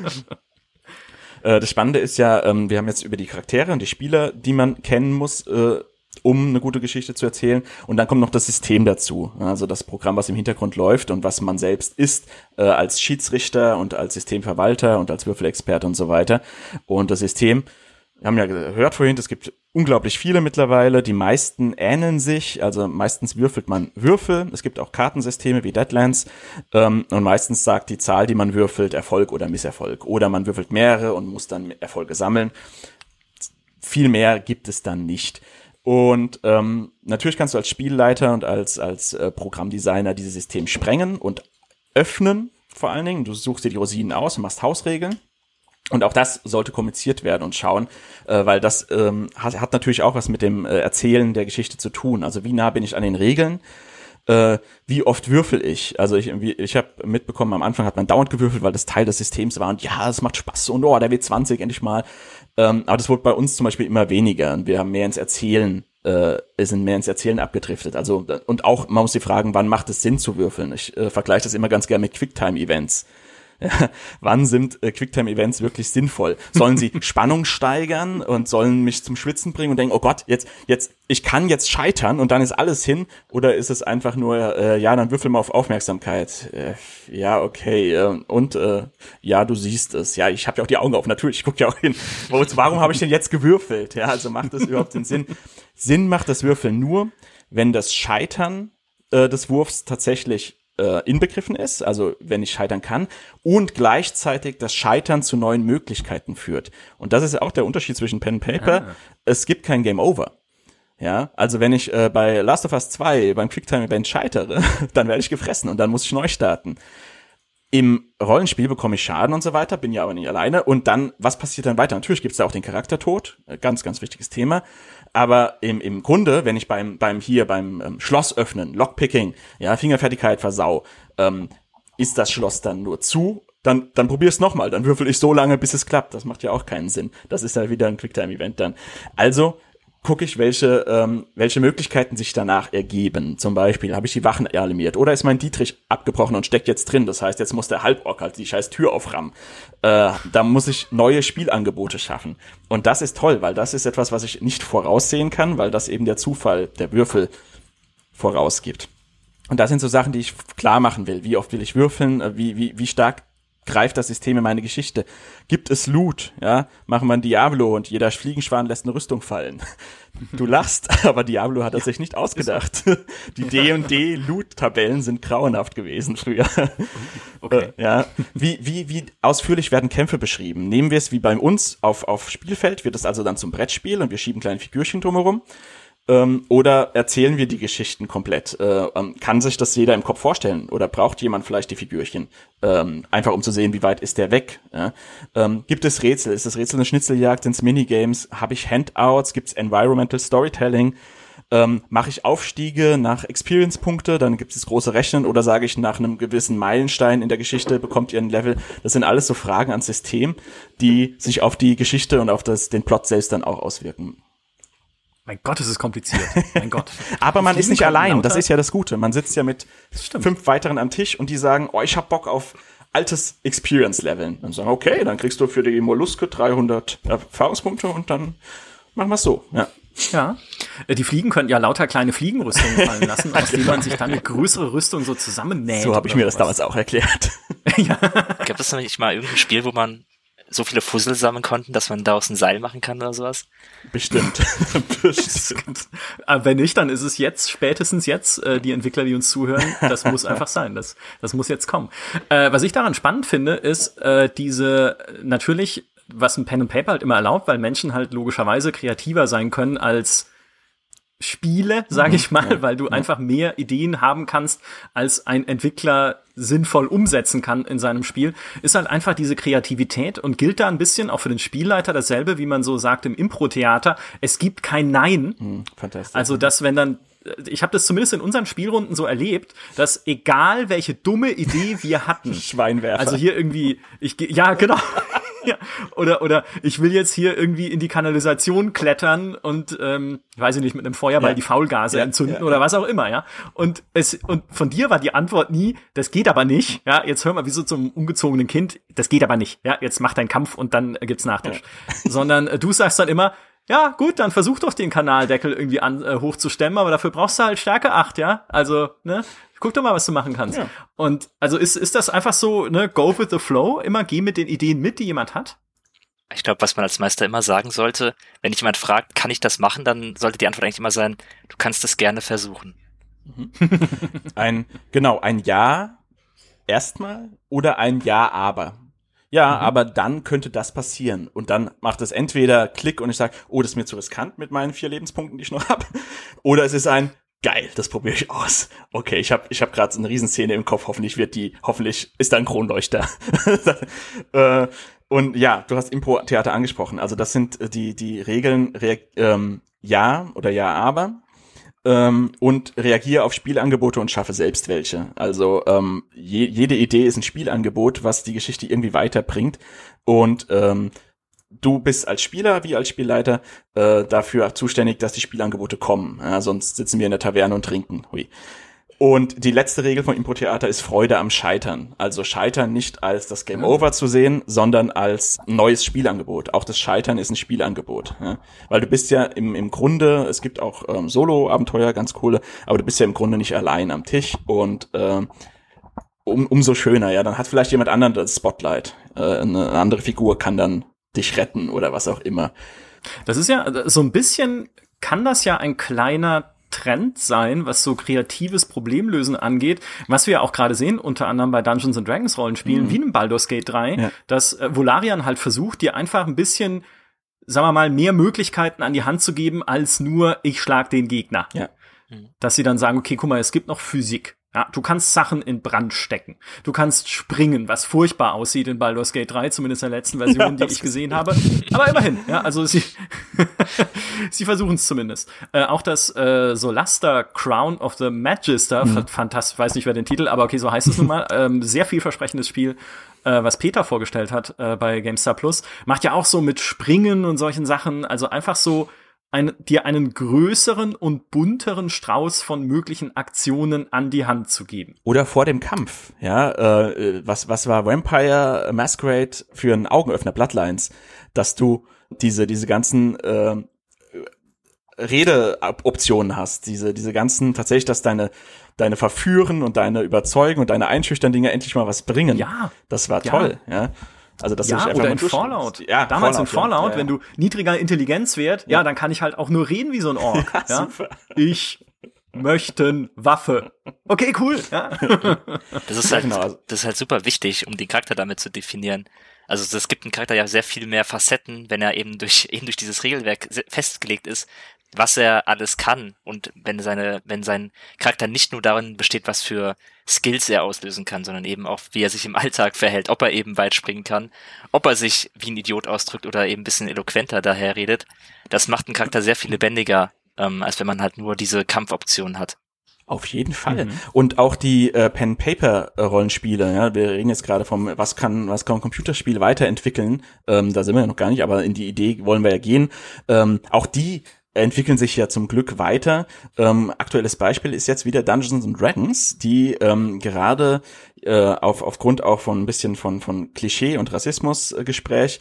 Das Spannende ist ja, wir haben jetzt über die Charaktere und die Spieler, die man kennen muss, um eine gute Geschichte zu erzählen. Und dann kommt noch das System dazu. Also das Programm, was im Hintergrund läuft und was man selbst ist, als Schiedsrichter und als Systemverwalter und als Würfelexperte und so weiter. Und das System, wir haben ja gehört vorhin, es gibt unglaublich viele mittlerweile. Die meisten ähneln sich. Also meistens würfelt man Würfel. Es gibt auch Kartensysteme wie Deadlands. Und meistens sagt die Zahl, die man würfelt, Erfolg oder Misserfolg. Oder man würfelt mehrere und muss dann Erfolge sammeln. Viel mehr gibt es dann nicht. Und natürlich kannst du als Spielleiter und als Programmdesigner dieses System sprengen und öffnen vor allen Dingen. Du suchst dir die Rosinen aus und machst Hausregeln. Und auch das sollte kommuniziert werden und schauen, weil das hat natürlich auch was mit dem Erzählen der Geschichte zu tun. Also wie nah bin ich an den Regeln? Wie oft würfel ich? Also ich habe mitbekommen, am Anfang hat man dauernd gewürfelt, weil das Teil des Systems war und ja, es macht Spaß und der W20 endlich mal. Aber das wurde bei uns zum Beispiel immer weniger und wir haben mehr ins Erzählen, sind mehr ins Erzählen abgedriftet. Also und auch, man muss sich fragen, wann macht es Sinn zu würfeln? Ich vergleiche das immer ganz gerne mit Quicktime-Events. Ja, wann sind Quicktime-Events wirklich sinnvoll? Sollen sie Spannung steigern und sollen mich zum Schwitzen bringen und denken, oh Gott, jetzt, ich kann jetzt scheitern und dann ist alles hin? Oder ist es einfach nur, dann würfel mal auf Aufmerksamkeit. Ja, okay, ja, du siehst es. Ja, ich habe ja auch die Augen auf, natürlich, ich gucke ja auch hin. Warum habe ich denn jetzt gewürfelt? Ja, also macht das überhaupt den Sinn? Sinn macht das Würfeln nur, wenn das Scheitern des Wurfs tatsächlich inbegriffen ist, also wenn ich scheitern kann und gleichzeitig das Scheitern zu neuen Möglichkeiten führt. Und das ist auch der Unterschied zwischen Pen and Paper. Es gibt kein Game Over. Ja, also wenn ich bei Last of Us 2 beim Quicktime-Event scheitere, dann werde ich gefressen und dann muss ich neu starten. Im Rollenspiel bekomme ich Schaden und so weiter, bin ja aber nicht alleine. Und dann, was passiert dann weiter? Natürlich gibt es da auch den Charaktertod, ganz, ganz wichtiges Thema. Aber im Grunde, wenn ich beim Schloss öffnen, Lockpicking, ja, Fingerfertigkeit versau, ist das Schloss dann nur zu, dann probier's nochmal, dann würfel ich so lange, bis es klappt. Das macht ja auch keinen Sinn. Das ist ja wieder ein Quicktime-Event dann. Also gucke ich, welche Möglichkeiten sich danach ergeben. Zum Beispiel, habe ich die Wachen alarmiert oder ist mein Dietrich abgebrochen und steckt jetzt drin. Das heißt, jetzt muss der Halborg halt die scheiß Tür auframmen. Da muss ich neue Spielangebote schaffen. Und das ist toll, weil das ist etwas, was ich nicht voraussehen kann, weil das eben der Zufall, der Würfel vorausgibt. Und das sind so Sachen, die ich klar machen will. Wie oft will ich würfeln? Wie stark greift das System in meine Geschichte? Gibt es Loot? Ja, machen wir ein Diablo und jeder Fliegenschwan lässt eine Rüstung fallen. Du lachst, aber Diablo hat das sich nicht ausgedacht. Die D&D Loot-Tabellen sind grauenhaft gewesen früher. Okay. Ja, wie ausführlich werden Kämpfe beschrieben? Nehmen wir es wie bei uns auf Spielfeld, wird es also dann zum Brettspiel und wir schieben kleine Figürchen drumherum. Oder erzählen wir die Geschichten komplett? Kann sich das jeder im Kopf vorstellen? Oder braucht jemand vielleicht die Figürchen? Einfach um zu sehen, wie weit ist der weg? Ja? Gibt es Rätsel? Ist das Rätsel eine Schnitzeljagd? Sind es Minigames? Habe ich Handouts? Gibt es Environmental Storytelling? Mache ich Aufstiege nach Experience-Punkte? Dann gibt es das große Rechnen. Oder sage ich, nach einem gewissen Meilenstein in der Geschichte bekommt ihr ein Level? Das sind alles so Fragen ans System, die sich auf die Geschichte und auf den Plot selbst dann auch auswirken. Mein Gott, es ist kompliziert. Mein Gott. Aber man ist nicht allein, das ist ja das Gute. Man sitzt ja mit 5 weiteren am Tisch und die sagen, oh, ich hab Bock auf altes Experience-Leveln. Dann sagen, okay, dann kriegst du für die Molluske 300 Erfahrungspunkte und dann machen wir es so. Ja. Ja. Die Fliegen könnten ja lauter kleine Fliegenrüstungen fallen lassen, aus denen man sich dann eine größere Rüstung so zusammennäht. So habe ich mir das damals auch erklärt. Ja. Gab es nicht mal irgendein Spiel, wo man so viele Fussel sammeln konnten, dass man daraus ein Seil machen kann oder sowas? Bestimmt. Wenn nicht, dann ist es jetzt, spätestens jetzt, die Entwickler, die uns zuhören, das muss einfach sein. Das muss jetzt kommen. Was ich daran spannend finde, ist natürlich, was ein Pen and Paper halt immer erlaubt, weil Menschen halt logischerweise kreativer sein können als Spiele, sage ich mal, weil du einfach mehr Ideen haben kannst, als ein Entwickler sinnvoll umsetzen kann in seinem Spiel, ist halt einfach diese Kreativität und gilt da ein bisschen auch für den Spielleiter dasselbe, wie man so sagt im Impro-Theater, es gibt kein Nein. Fantastisch. Also, dass wenn dann ich habe das zumindest in unseren Spielrunden so erlebt, dass egal welche dumme Idee wir hatten, Schweinwerfer. Also hier irgendwie, ja, genau. Ja, oder ich will jetzt hier irgendwie in die Kanalisation klettern und weiß ich nicht, mit einem Feuerball die Faulgase entzünden oder was auch immer, ja. Und von dir war die Antwort nie, das geht aber nicht. Ja, jetzt hör mal, wie so zum ungezogenen Kind, das geht aber nicht. Ja, jetzt mach deinen Kampf und dann gibt's Nachtisch. Ja. Sondern du sagst dann immer, ja, gut, dann versuch doch den Kanaldeckel irgendwie hochzustemmen, aber dafür brauchst du halt Stärke 8, ja? Also, ne? Guck doch mal, was du machen kannst. Ja. Und also ist das einfach so, ne, go with the flow, immer geh mit den Ideen mit, die jemand hat? Ich glaube, was man als Meister immer sagen sollte, wenn dich jemand fragt, kann ich das machen, dann sollte die Antwort eigentlich immer sein, du kannst es gerne versuchen. Ein Ja erstmal oder ein Ja, aber. Ja, aber dann könnte das passieren. Und dann macht es entweder Klick und ich sage, oh, das ist mir zu riskant mit meinen 4 Lebenspunkten, die ich noch habe. Oder es ist ein, geil, das probiere ich aus. Okay, ich hab grad so eine Riesenszene im Kopf, hoffentlich ist da ein Kronleuchter. Und ja, du hast Impro-Theater angesprochen. Also das sind die Regeln, ja oder ja, aber. Und reagiere auf Spielangebote und schaffe selbst welche. Also jede Idee ist ein Spielangebot, was die Geschichte irgendwie weiterbringt. Und du bist als Spieler wie als Spielleiter dafür zuständig, dass die Spielangebote kommen. Ja, sonst sitzen wir in der Taverne und trinken. Hui. Und die letzte Regel von Impro-Theater ist Freude am Scheitern. Also Scheitern nicht als das Game Over zu sehen, sondern als neues Spielangebot. Auch das Scheitern ist ein Spielangebot. Ja? Weil du bist ja im Grunde, es gibt auch Solo-Abenteuer, ganz coole, aber du bist ja im Grunde nicht allein am Tisch und umso schöner. Ja, dann hat vielleicht jemand anderen das Spotlight. Eine andere Figur kann dann dich retten oder was auch immer. Das ist ja so ein bisschen, kann das ja ein kleiner Trend sein, was so kreatives Problemlösen angeht, was wir ja auch gerade sehen, unter anderem bei Dungeons & Dragons Rollenspielen, wie in Baldur's Gate 3, dass Volarian halt versucht, dir einfach ein bisschen, sagen wir mal, mehr Möglichkeiten an die Hand zu geben, als nur, ich schlag den Gegner. Ja. Dass sie dann sagen, okay, guck mal, es gibt noch Physik. Ja, du kannst Sachen in Brand stecken. Du kannst springen, was furchtbar aussieht in Baldur's Gate 3, zumindest in der letzten Version, die ich gesehen habe. Aber immerhin, ja, also sie versuchen es zumindest. Auch das Solaster Crown of the Magister, fantastisch, weiß nicht, wer den Titel, aber okay, so heißt es nun mal. Sehr vielversprechendes Spiel, was Peter vorgestellt hat bei GameStar Plus. Macht ja auch so mit Springen und solchen Sachen, also einfach so dir einen größeren und bunteren Strauß von möglichen Aktionen an die Hand zu geben. Oder vor dem Kampf, ja, was war Vampire Masquerade für einen Augenöffner, Bloodlines, dass du diese ganzen Redeoptionen hast, diese ganzen, tatsächlich, dass deine Verführen und deine Überzeugen und deine einschüchtern Dinge endlich mal was bringen. Ja. Das war toll, ja. Also das ja, oder in Fallout. Ja, damals in Fallout, wenn du niedriger Intelligenzwert, dann kann ich halt auch nur reden wie so ein Ork. Ja, super. Ich möchten Waffe. Okay, cool. Ja. Das ist halt super wichtig, um den Charakter damit zu definieren. Also es gibt einen Charakter ja sehr viel mehr Facetten, wenn er eben durch dieses Regelwerk festgelegt ist, was er alles kann, und wenn sein Charakter nicht nur darin besteht, was für Skills er auslösen kann, sondern eben auch, wie er sich im Alltag verhält, ob er eben weit springen kann, ob er sich wie ein Idiot ausdrückt oder eben ein bisschen eloquenter daher redet. Das macht einen Charakter sehr viel lebendiger, als wenn man halt nur diese Kampfoption hat. Auf jeden Fall. Und auch die Pen-Paper-Rollenspiele, ja, wir reden jetzt gerade vom, was kann ein Computerspiel weiterentwickeln, da sind wir ja noch gar nicht, aber in die Idee wollen wir ja gehen. Auch die entwickeln sich ja zum Glück weiter. Aktuelles Beispiel ist jetzt wieder Dungeons and Dragons, die gerade aufgrund auch von ein bisschen von Klischee und Rassismusgespräch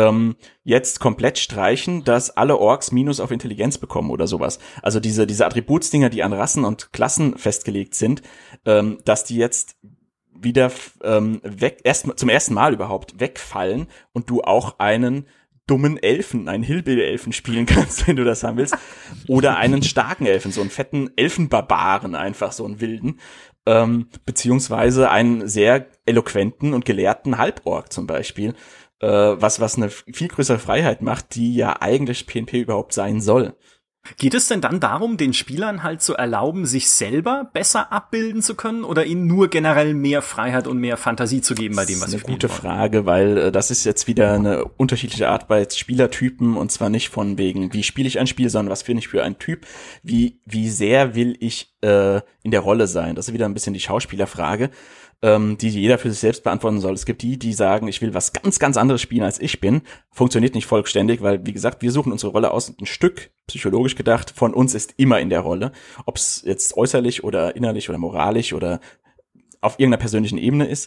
jetzt komplett streichen, dass alle Orks Minus auf Intelligenz bekommen oder sowas. Also diese Attributsdinger, die an Rassen und Klassen festgelegt sind, dass die jetzt wieder zum ersten Mal überhaupt wegfallen und du auch einen dummen Elfen, einen Hillbilly-Elfen spielen kannst, wenn du das haben willst. Oder einen starken Elfen, so einen fetten Elfenbarbaren, einfach so einen wilden. Beziehungsweise einen sehr eloquenten und gelehrten Halborg zum Beispiel. Was eine viel größere Freiheit macht, die ja eigentlich PNP überhaupt sein soll. Geht es denn dann darum, den Spielern halt zu erlauben, sich selber besser abbilden zu können, oder ihnen nur generell mehr Freiheit und mehr Fantasie zu geben bei dem, was sie spielen? Das ist eine gute Frage, weil das ist jetzt wieder eine unterschiedliche Art bei Spielertypen, und zwar nicht von wegen, wie spiele ich ein Spiel, sondern was bin ich für ein Typ, wie sehr will ich in der Rolle sein. Das ist wieder ein bisschen die Schauspielerfrage, die jeder für sich selbst beantworten soll. Es gibt die sagen, ich will was ganz, ganz anderes spielen, als ich bin. Funktioniert nicht vollständig, weil, wie gesagt, wir suchen unsere Rolle aus, und ein Stück, psychologisch gedacht, von uns ist immer in der Rolle. Ob es jetzt äußerlich oder innerlich oder moralisch oder auf irgendeiner persönlichen Ebene ist.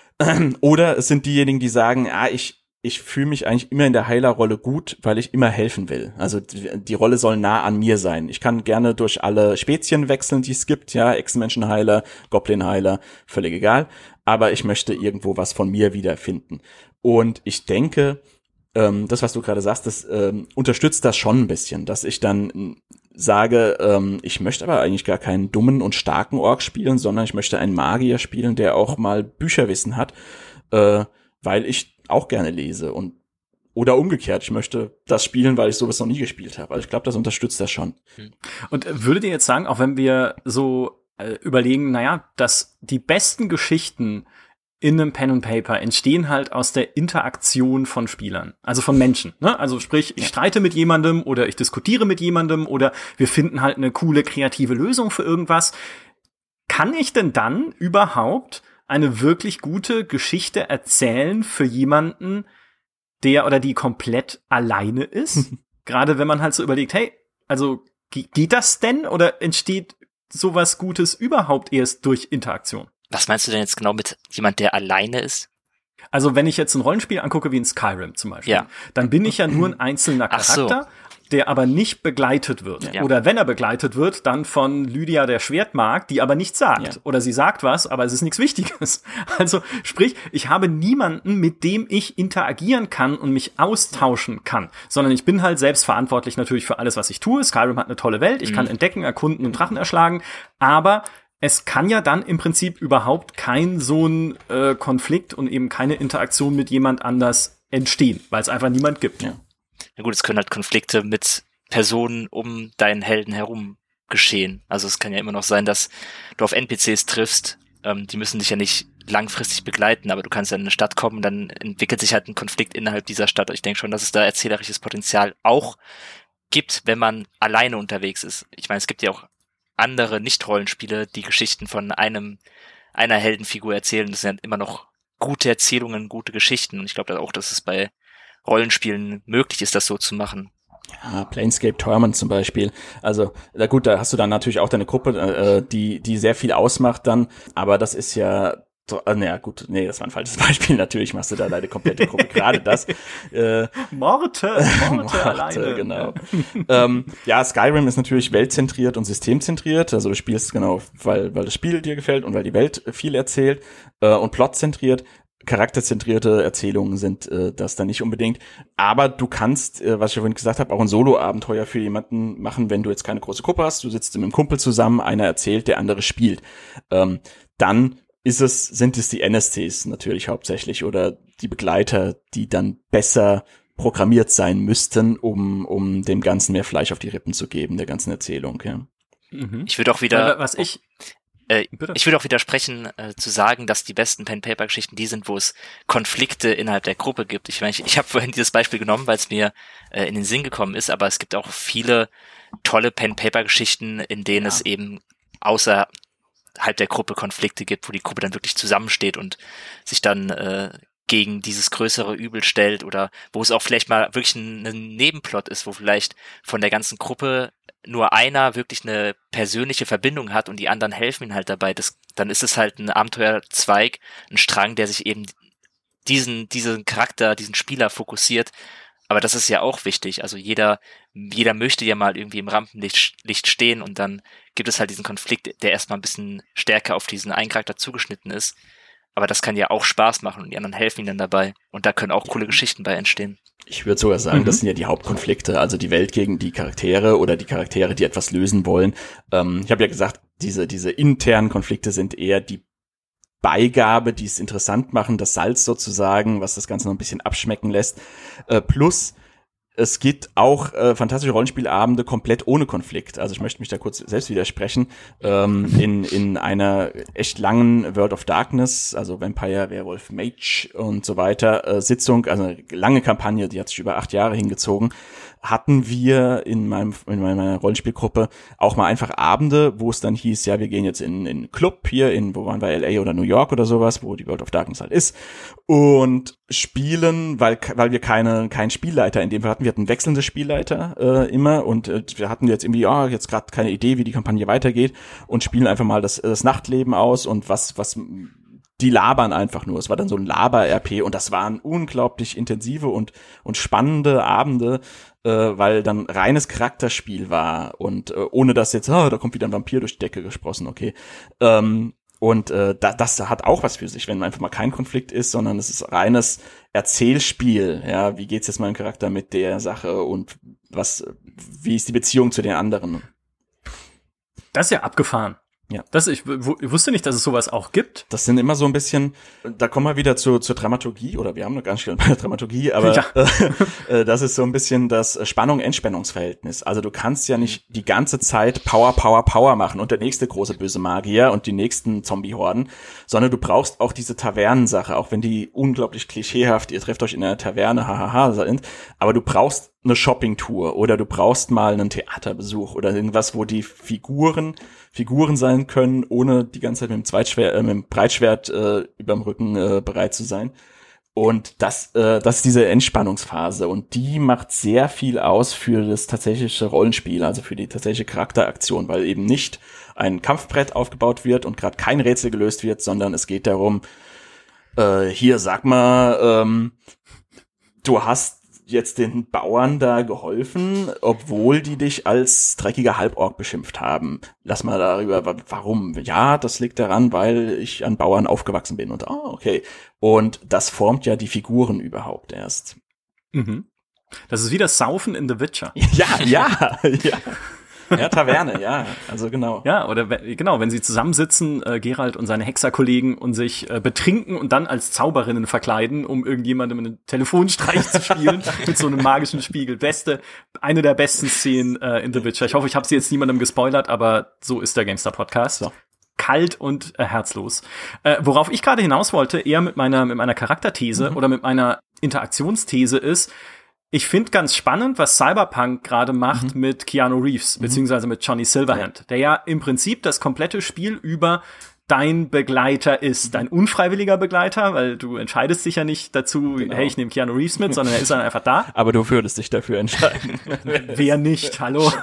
Oder es sind diejenigen, die sagen, ich fühle mich eigentlich immer in der Heilerrolle gut, weil ich immer helfen will. Also die Rolle soll nah an mir sein. Ich kann gerne durch alle Spezien wechseln, die es gibt, ja, Echsenmenschenheiler, Goblinheiler, völlig egal. Aber ich möchte irgendwo was von mir wiederfinden. Und ich denke, das, was du gerade sagst, das unterstützt das schon ein bisschen, dass ich dann sage, ich möchte aber eigentlich gar keinen dummen und starken Ork spielen, sondern ich möchte einen Magier spielen, der auch mal Bücherwissen hat, weil ich auch gerne lese, oder umgekehrt, ich möchte das spielen, weil ich sowas noch nie gespielt habe. Also ich glaube, das unterstützt das schon. Und würdet ihr jetzt sagen, auch wenn wir so überlegen, dass die besten Geschichten in einem Pen and Paper entstehen halt aus der Interaktion von Spielern, also von Menschen, ne? Also sprich, ich streite mit jemandem oder ich diskutiere mit jemandem oder wir finden halt eine coole kreative Lösung für irgendwas. Kann ich denn dann überhaupt eine wirklich gute Geschichte erzählen für jemanden, der oder die komplett alleine ist? Gerade wenn man halt so überlegt, hey, also geht das denn, oder entsteht sowas Gutes überhaupt erst durch Interaktion? Was meinst du denn jetzt genau mit jemand, der alleine ist? Also wenn ich jetzt ein Rollenspiel angucke wie in Skyrim zum Beispiel, dann bin ich ja nur ein einzelner Charakter, der aber nicht begleitet wird. Ja. Oder wenn er begleitet wird, dann von Lydia der Schwertmark, die aber nichts sagt. Ja. Oder sie sagt was, aber es ist nichts Wichtiges. Also sprich, ich habe niemanden, mit dem ich interagieren kann und mich austauschen kann. Sondern ich bin halt selbst verantwortlich natürlich für alles, was ich tue. Skyrim hat eine tolle Welt. Ich kann entdecken, erkunden und Drachen erschlagen. Aber es kann ja dann im Prinzip überhaupt kein so ein Konflikt und eben keine Interaktion mit jemand anders entstehen, weil es einfach niemand gibt. Ja. Na gut, es können halt Konflikte mit Personen um deinen Helden herum geschehen. Also es kann ja immer noch sein, dass du auf NPCs triffst, die müssen dich ja nicht langfristig begleiten, aber du kannst ja in eine Stadt kommen, dann entwickelt sich halt ein Konflikt innerhalb dieser Stadt. Ich denke schon, dass es da erzählerisches Potenzial auch gibt, wenn man alleine unterwegs ist. Ich meine, es gibt ja auch andere Nicht-Rollenspiele, die Geschichten von einer Heldenfigur erzählen. Das sind ja immer noch gute Erzählungen, gute Geschichten. Und ich glaube auch, dass es bei Rollenspielen möglich ist, das so zu machen. Ja, Planescape Torment zum Beispiel. Also, na gut, da hast du dann natürlich auch deine Gruppe, die sehr viel ausmacht dann, aber das ist ja, naja, gut, nee, das war ein falsches Beispiel, natürlich machst du da deine komplette Gruppe, gerade das. Morte alleine. Genau. Ja, Skyrim ist natürlich weltzentriert und systemzentriert, also du spielst genau, weil das Spiel dir gefällt und weil die Welt viel erzählt, und plotzentriert. Charakterzentrierte Erzählungen sind das dann nicht unbedingt. Aber du kannst, was ich vorhin gesagt habe, auch ein Solo-Abenteuer für jemanden machen, wenn du jetzt keine große Gruppe hast. Du sitzt mit einem Kumpel zusammen, einer erzählt, der andere spielt. Dann sind es die NSCs natürlich hauptsächlich oder die Begleiter, die dann besser programmiert sein müssten, um dem Ganzen mehr Fleisch auf die Rippen zu geben, der ganzen Erzählung. Ja. Mhm. Ich würde auch wieder... Ich würde auch widersprechen, zu sagen, dass die besten Pen-Paper-Geschichten die sind, wo es Konflikte innerhalb der Gruppe gibt. Ich meine, ich habe vorhin dieses Beispiel genommen, weil es mir in den Sinn gekommen ist, aber es gibt auch viele tolle Pen-Paper-Geschichten, in denen es eben außerhalb der Gruppe Konflikte gibt, wo die Gruppe dann wirklich zusammensteht und sich dann gegen dieses größere Übel stellt oder wo es auch vielleicht mal wirklich ein Nebenplot ist, wo vielleicht von der ganzen Gruppe nur einer wirklich eine persönliche Verbindung hat und die anderen helfen ihm halt dabei. Dann ist es halt ein Abenteuerzweig, ein Strang, der sich eben diesen Charakter, diesen Spieler fokussiert. Aber das ist ja auch wichtig. Also jeder möchte ja mal irgendwie im Rampenlicht stehen und dann gibt es halt diesen Konflikt, der erstmal ein bisschen stärker auf diesen einen Charakter zugeschnitten ist. Aber das kann ja auch Spaß machen und die anderen helfen ihnen dann dabei. Und da können auch coole Geschichten bei entstehen. Ich würde sogar sagen, das sind ja die Hauptkonflikte, also die Welt gegen die Charaktere oder die Charaktere, die etwas lösen wollen. Ich habe ja gesagt, diese internen Konflikte sind eher die Beigabe, die es interessant machen, das Salz sozusagen, was das Ganze noch ein bisschen abschmecken lässt. Plus es gibt auch fantastische Rollenspielabende komplett ohne Konflikt. Also ich möchte mich da kurz selbst widersprechen. In einer echt langen World of Darkness, also Vampire, Werwolf, Mage und so weiter, Sitzung, also eine lange Kampagne, die hat sich über 8 Jahre hingezogen, hatten wir in meiner Rollenspielgruppe auch mal einfach Abende, wo es dann hieß, ja, wir gehen jetzt in einen Club hier wo waren wir, LA oder New York oder sowas, wo die World of Darkness halt ist, und spielen, weil wir keinen Spielleiter in dem wir hatten wechselnde Spielleiter immer, und wir hatten jetzt irgendwie, jetzt gerade keine Idee, wie die Kampagne weitergeht, und spielen einfach mal das Nachtleben aus und was die labern einfach nur. Es war dann so ein Laber-RP und das waren unglaublich intensive und spannende Abende, weil dann reines Charakterspiel war und ohne dass jetzt, da kommt wieder ein Vampir durch die Decke gesprossen, okay. Das hat auch was für sich, wenn einfach mal kein Konflikt ist, sondern es ist reines Erzählspiel. Ja, wie geht's jetzt meinem Charakter mit der Sache und wie ist die Beziehung zu den anderen? Das ist ja abgefahren. Ja. Ich wusste nicht, dass es sowas auch gibt. Das sind immer so ein bisschen, da kommen wir wieder zur Dramaturgie, oder wir haben noch gar nicht bei der Dramaturgie, aber ja. Das ist so ein bisschen das Spannung-Entspannungsverhältnis. Also du kannst ja nicht die ganze Zeit Power machen und der nächste große böse Magier und die nächsten Zombie-Horden, sondern du brauchst auch diese Tavernensache, auch wenn die unglaublich klischeehaft, ihr trefft euch in einer Taverne, hahaha, sind, aber du brauchst eine Shopping-Tour oder du brauchst mal einen Theaterbesuch oder irgendwas, wo die Figuren sein können, ohne die ganze Zeit mit dem Breitschwert überm Rücken bereit zu sein. Und das ist diese Entspannungsphase und die macht sehr viel aus für das tatsächliche Rollenspiel, also für die tatsächliche Charakteraktion, weil eben nicht ein Kampfbrett aufgebaut wird und gerade kein Rätsel gelöst wird, sondern es geht darum, hier sag mal, du hast jetzt den Bauern da geholfen, obwohl die dich als dreckiger Halborg beschimpft haben. Lass mal darüber, warum? Ja, das liegt daran, weil ich an Bauern aufgewachsen bin und okay. Und das formt ja die Figuren überhaupt erst. Mhm. Das ist wie das Saufen in The Witcher. Ja. Ja, Taverne, ja, also genau. Ja, oder wenn sie zusammensitzen, Geralt und seine Hexerkollegen, und sich betrinken und dann als Zauberinnen verkleiden, um irgendjemandem einen Telefonstreich zu spielen mit so einem magischen Spiegel. Eine der besten Szenen in The Witcher. Ich hoffe, ich habe sie jetzt niemandem gespoilert, aber so ist der GameStar-Podcast. So. Kalt und herzlos. Worauf ich gerade hinaus wollte, eher mit meiner Charakterthese oder mit meiner Interaktionsthese ist, ich finde ganz spannend, was Cyberpunk gerade macht mit Keanu Reeves, beziehungsweise mit Johnny Silverhand, der ja im Prinzip das komplette Spiel über dein Begleiter ist. Dein unfreiwilliger Begleiter, weil du entscheidest dich ja nicht dazu, hey, ich nehme Keanu Reeves mit, sondern er ist dann einfach da. Aber du würdest dich dafür entscheiden. Wer nicht? Hallo?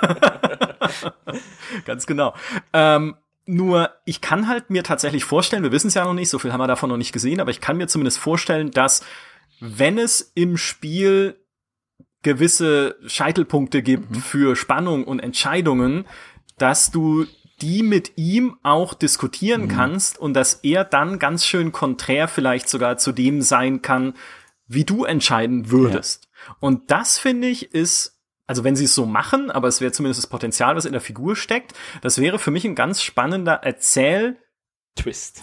Ganz genau. Nur, ich kann halt mir tatsächlich vorstellen, wir wissen es ja noch nicht, so viel haben wir davon noch nicht gesehen, aber ich kann mir zumindest vorstellen, dass, wenn es im Spiel gewisse Scheitelpunkte gibt für Spannung und Entscheidungen, dass du die mit ihm auch diskutieren kannst und dass er dann ganz schön konträr vielleicht sogar zu dem sein kann, wie du entscheiden würdest. Ja. Und das, finde ich, ist, also wenn sie es so machen, aber es wäre zumindest das Potenzial, was in der Figur steckt, das wäre für mich ein ganz spannender Twist,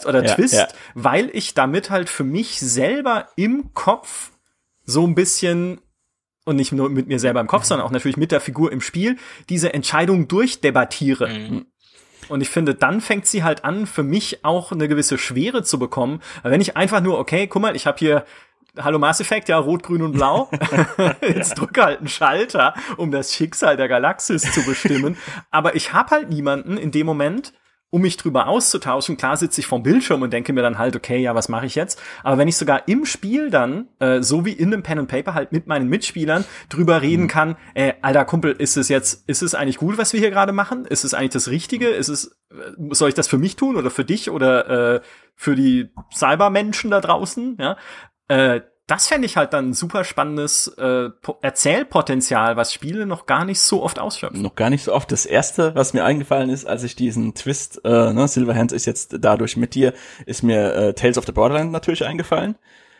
weil ich damit halt für mich selber im Kopf so ein bisschen, und nicht nur mit mir selber im Kopf, sondern auch natürlich mit der Figur im Spiel, diese Entscheidung durchdebattiere. Und ich finde, dann fängt sie halt an, für mich auch eine gewisse Schwere zu bekommen. Weil wenn ich einfach nur, okay, guck mal, ich habe hier, hallo Mass Effect, ja, Rot, Grün und Blau. Jetzt drücke halt einen Schalter, um das Schicksal der Galaxis zu bestimmen. Aber ich habe halt niemanden in dem Moment, um mich drüber auszutauschen. Klar sitze ich vorm Bildschirm und denke mir dann halt, okay, ja, was mache ich jetzt? Aber wenn ich sogar im Spiel dann, so wie in einem Pen and Paper, halt mit meinen Mitspielern drüber reden kann, alter Kumpel, ist es eigentlich gut, was wir hier gerade machen? Ist es eigentlich das Richtige? Soll ich das für mich tun oder für dich oder für die Cybermenschen da draußen? Ja, das fände ich halt dann ein super spannendes Erzählpotenzial, was Spiele noch gar nicht so oft ausschöpfen. Noch gar nicht so oft. Das Erste, was mir eingefallen ist, als ich diesen Twist, Silverhand ist jetzt dadurch mit dir, ist mir Tales of the Borderlands natürlich eingefallen,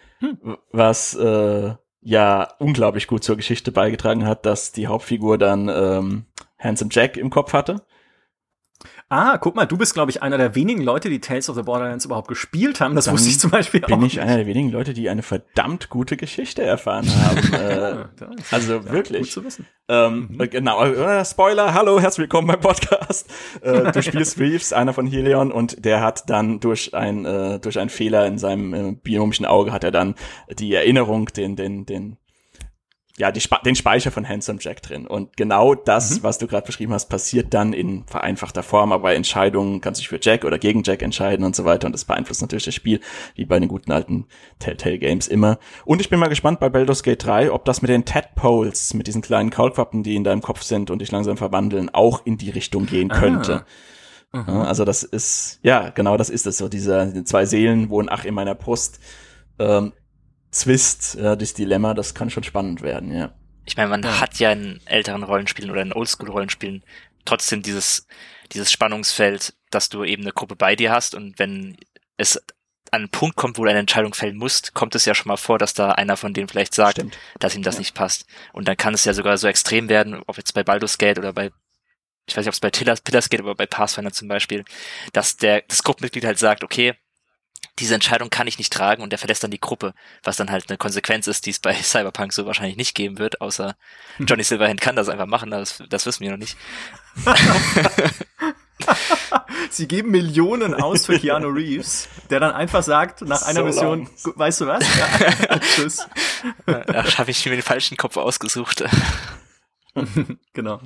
was ja unglaublich gut zur Geschichte beigetragen hat, dass die Hauptfigur dann Handsome Jack im Kopf hatte. Ah, guck mal, du bist, glaube ich, einer der wenigen Leute, die Tales of the Borderlands überhaupt gespielt haben. Das Dann wusste ich zum Beispiel auch. Bin ich einer der wenigen Leute, die eine verdammt gute Geschichte erfahren haben. Also wirklich. Gut zu wissen. Genau, Spoiler, hallo, herzlich willkommen beim Podcast. Du spielst Reeves, einer von Helion, und der hat dann durch einen Fehler in seinem binomischen Auge hat er dann die Erinnerung, den Speicher von Handsome Jack drin. Und genau das, was du gerade beschrieben hast, passiert dann in vereinfachter Form, aber bei Entscheidungen kannst du dich für Jack oder gegen Jack entscheiden und so weiter. Und das beeinflusst natürlich das Spiel, wie bei den guten alten Telltale Games immer. Und ich bin mal gespannt bei Baldur's Gate 3, ob das mit den Tadpoles, mit diesen kleinen Kaulquappen, die in deinem Kopf sind und dich langsam verwandeln, auch in die Richtung gehen könnte. Ja, also das ist, ja, genau das ist es. So diese zwei Seelen wohnen in meiner Brust. Zwist, das Dilemma, das kann schon spannend werden, ja. Ich meine, man hat ja in älteren Rollenspielen oder in Oldschool-Rollenspielen trotzdem dieses Spannungsfeld, dass du eben eine Gruppe bei dir hast, und wenn es an einen Punkt kommt, wo du eine Entscheidung fällen musst, kommt es ja schon mal vor, dass da einer von denen vielleicht sagt, dass ihm das nicht passt. Und dann kann es ja sogar so extrem werden, ob jetzt bei Baldur's Gate oder ich weiß nicht, ob es bei Pillars geht, aber bei Pathfinder zum Beispiel, dass das Gruppenmitglied halt sagt, okay, diese Entscheidung kann ich nicht tragen, und der verlässt dann die Gruppe, was dann halt eine Konsequenz ist, die es bei Cyberpunk so wahrscheinlich nicht geben wird, außer Johnny Silverhand kann das einfach machen, das wissen wir noch nicht. Sie geben Millionen aus für Keanu Reeves, der dann einfach sagt, nach einer Mission, weißt du was? Ja. Tschüss. Da habe ich mir den falschen Kopf ausgesucht. Genau.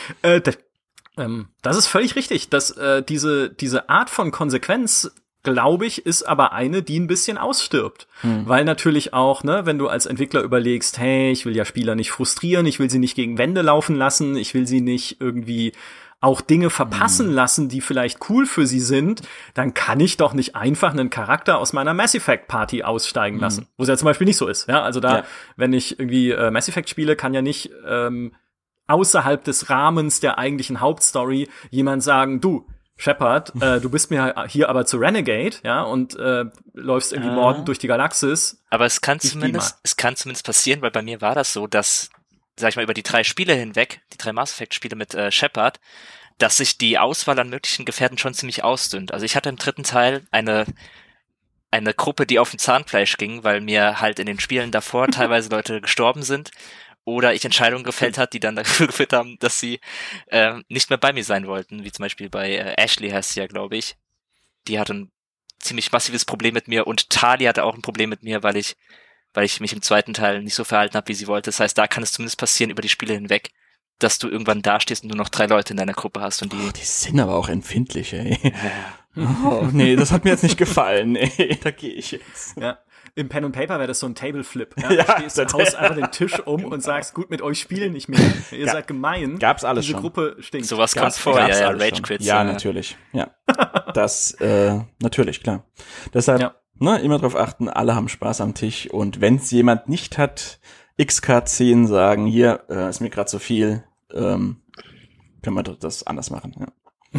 Das ist völlig richtig, dass diese Art von Konsequenz, glaube ich, ist aber eine, die ein bisschen ausstirbt. Weil natürlich auch, wenn du als Entwickler überlegst, hey, ich will ja Spieler nicht frustrieren, ich will sie nicht gegen Wände laufen lassen, ich will sie nicht irgendwie auch Dinge verpassen lassen, die vielleicht cool für sie sind, dann kann ich doch nicht einfach einen Charakter aus meiner Mass Effect Party aussteigen lassen. Wo es ja zum Beispiel nicht so ist. Ja, also wenn ich irgendwie Mass Effect spiele, kann ja nicht außerhalb des Rahmens der eigentlichen Hauptstory jemand sagen, du, Shepard, du bist mir hier aber zu Renegade, ja, und läufst irgendwie mordend durch die Galaxis. Aber es kann zumindest passieren, weil bei mir war das so, dass, sag ich mal, über die 3 Spiele hinweg, die 3 Mass Effect Spiele mit Shepard, dass sich die Auswahl an möglichen Gefährten schon ziemlich ausdünnt. Also ich hatte im 3. Teil eine Gruppe, die auf dem Zahnfleisch ging, weil mir halt in den Spielen davor teilweise Leute gestorben sind, oder ich Entscheidungen gefällt hat, die dann dafür geführt haben, dass sie nicht mehr bei mir sein wollten, wie zum Beispiel bei Ashley heißt sie ja, glaube ich. Die hatte ein ziemlich massives Problem mit mir, und Tali hatte auch ein Problem mit mir, weil ich mich im 2. Teil nicht so verhalten habe, wie sie wollte. Das heißt, da kann es zumindest passieren über die Spiele hinweg, dass du irgendwann dastehst und nur noch 3 Leute in deiner Gruppe hast und die sind aber auch empfindlich, ey. Oh, nee, das hat mir jetzt nicht gefallen. Nee, da gehe ich jetzt. Ja. Im Pen and Paper wäre das so ein Table Flip. Ja, Ja, du stehst, haust einfach den Tisch um und sagst, gut, mit euch spielen nicht mehr. Ihr seid gemein. Gab's alles Diese schon. Gruppe stinkt. sowas kommt vor, ja, Rage Quits. Ja, natürlich. Ja. Das, natürlich, klar. Deshalb, immer drauf achten, alle haben Spaß am Tisch und wenn's jemand nicht hat, XK10 sagen, hier, ist mir gerade so viel, können wir das anders machen, ja.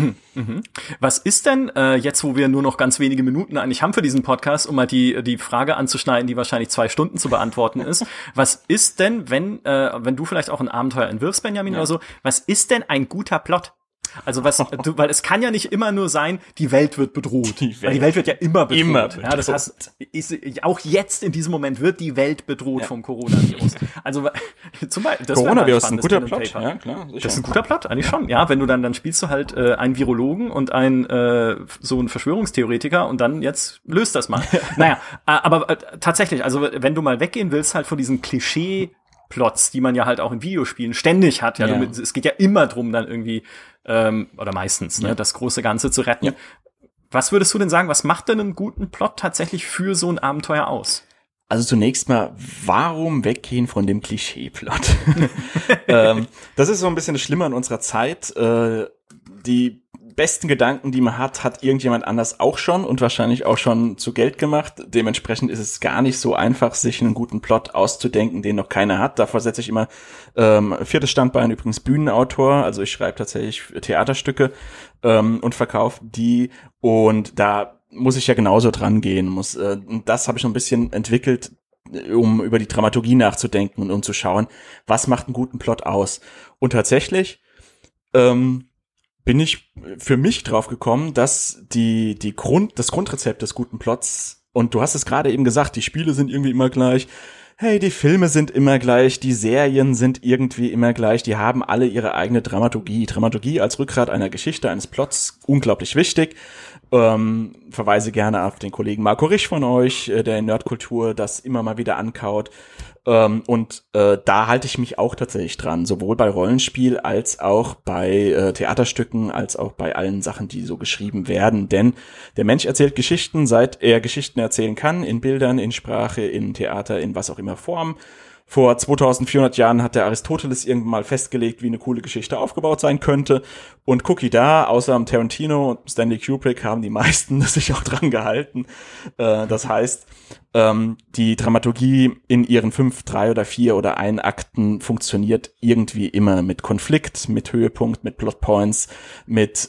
Was ist denn, jetzt wo wir nur noch ganz wenige Minuten eigentlich haben für diesen Podcast, um mal die Frage anzuschneiden, die wahrscheinlich 2 Stunden zu beantworten ist, was ist denn, wenn du vielleicht auch ein Abenteuer entwirfst, Benjamin, oder so, was ist denn ein guter Plot? Also weil es kann ja nicht immer nur sein, die Welt wird bedroht. Weil die Welt wird ja immer bedroht. Ja, das heißt, auch jetzt in diesem Moment wird die Welt bedroht vom Coronavirus. Also zum Beispiel, das Coronavirus ist ein guter Plot, ja klar. Sicher. Das ist ein guter Plot, eigentlich schon. Ja, wenn du dann spielst du halt einen Virologen und so einen Verschwörungstheoretiker und dann jetzt löst das mal. Naja, aber tatsächlich, also wenn du mal weggehen willst halt von diesen Klischee-Plots, die man ja halt auch in Videospielen ständig hat. Ja, es geht ja immer drum, dann irgendwie oder meistens, ne, das große Ganze zu retten. Ja. Was würdest du denn sagen, was macht denn einen guten Plot tatsächlich für so ein Abenteuer aus? Also zunächst mal, warum weggehen von dem Klischee-Plot? Das ist so ein bisschen das Schlimme an unserer Zeit. Die besten Gedanken, die man hat irgendjemand anders auch schon und wahrscheinlich auch schon zu Geld gemacht. Dementsprechend ist es gar nicht so einfach, sich einen guten Plot auszudenken, den noch keiner hat. Davor setze ich immer 4. Standbein, übrigens Bühnenautor. Also ich schreibe tatsächlich Theaterstücke und verkaufe die. Und da muss ich ja genauso dran gehen. Und das habe ich noch ein bisschen entwickelt, um über die Dramaturgie nachzudenken und um zu schauen, was macht einen guten Plot aus. Und tatsächlich bin ich für mich drauf gekommen, dass das Grundrezept des guten Plots, und du hast es gerade eben gesagt, die Spiele sind irgendwie immer gleich, hey, die Filme sind immer gleich, die Serien sind irgendwie immer gleich, die haben alle ihre eigene Dramaturgie. Dramaturgie als Rückgrat einer Geschichte, eines Plots, unglaublich wichtig. Verweise gerne auf den Kollegen Marco Risch von euch, der in Nerdkultur das immer mal wieder ankaut. Und da halte ich mich auch tatsächlich dran, sowohl bei Rollenspiel als auch bei Theaterstücken, als auch bei allen Sachen, die so geschrieben werden. Denn der Mensch erzählt Geschichten, seit er Geschichten erzählen kann, in Bildern, in Sprache, in Theater, in was auch immer Form. Vor 2400 Jahren hat der Aristoteles irgendwann mal festgelegt, wie eine coole Geschichte aufgebaut sein könnte. Und Cookie da, außer Tarantino und Stanley Kubrick, haben die meisten sich auch dran gehalten. Das heißt, die Dramaturgie in ihren 5, 3 oder 4 oder 1 Akten funktioniert irgendwie immer mit Konflikt, mit Höhepunkt, mit Plotpoints, mit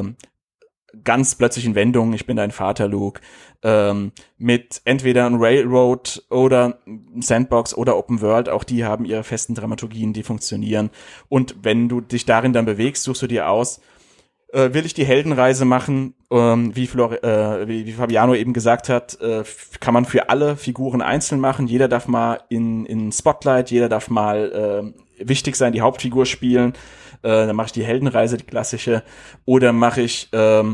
ganz plötzlichen Wendungen, ich bin dein Vater, Luke, mit entweder ein Railroad oder Sandbox oder Open World, auch die haben ihre festen Dramaturgien, die funktionieren. Und wenn du dich darin dann bewegst, suchst du dir aus, will ich die Heldenreise machen, wie Fabiano eben gesagt hat, kann man für alle Figuren einzeln machen, jeder darf mal in Spotlight, jeder darf mal wichtig sein, die Hauptfigur spielen. Dann mache ich die Heldenreise, die klassische, oder mache ich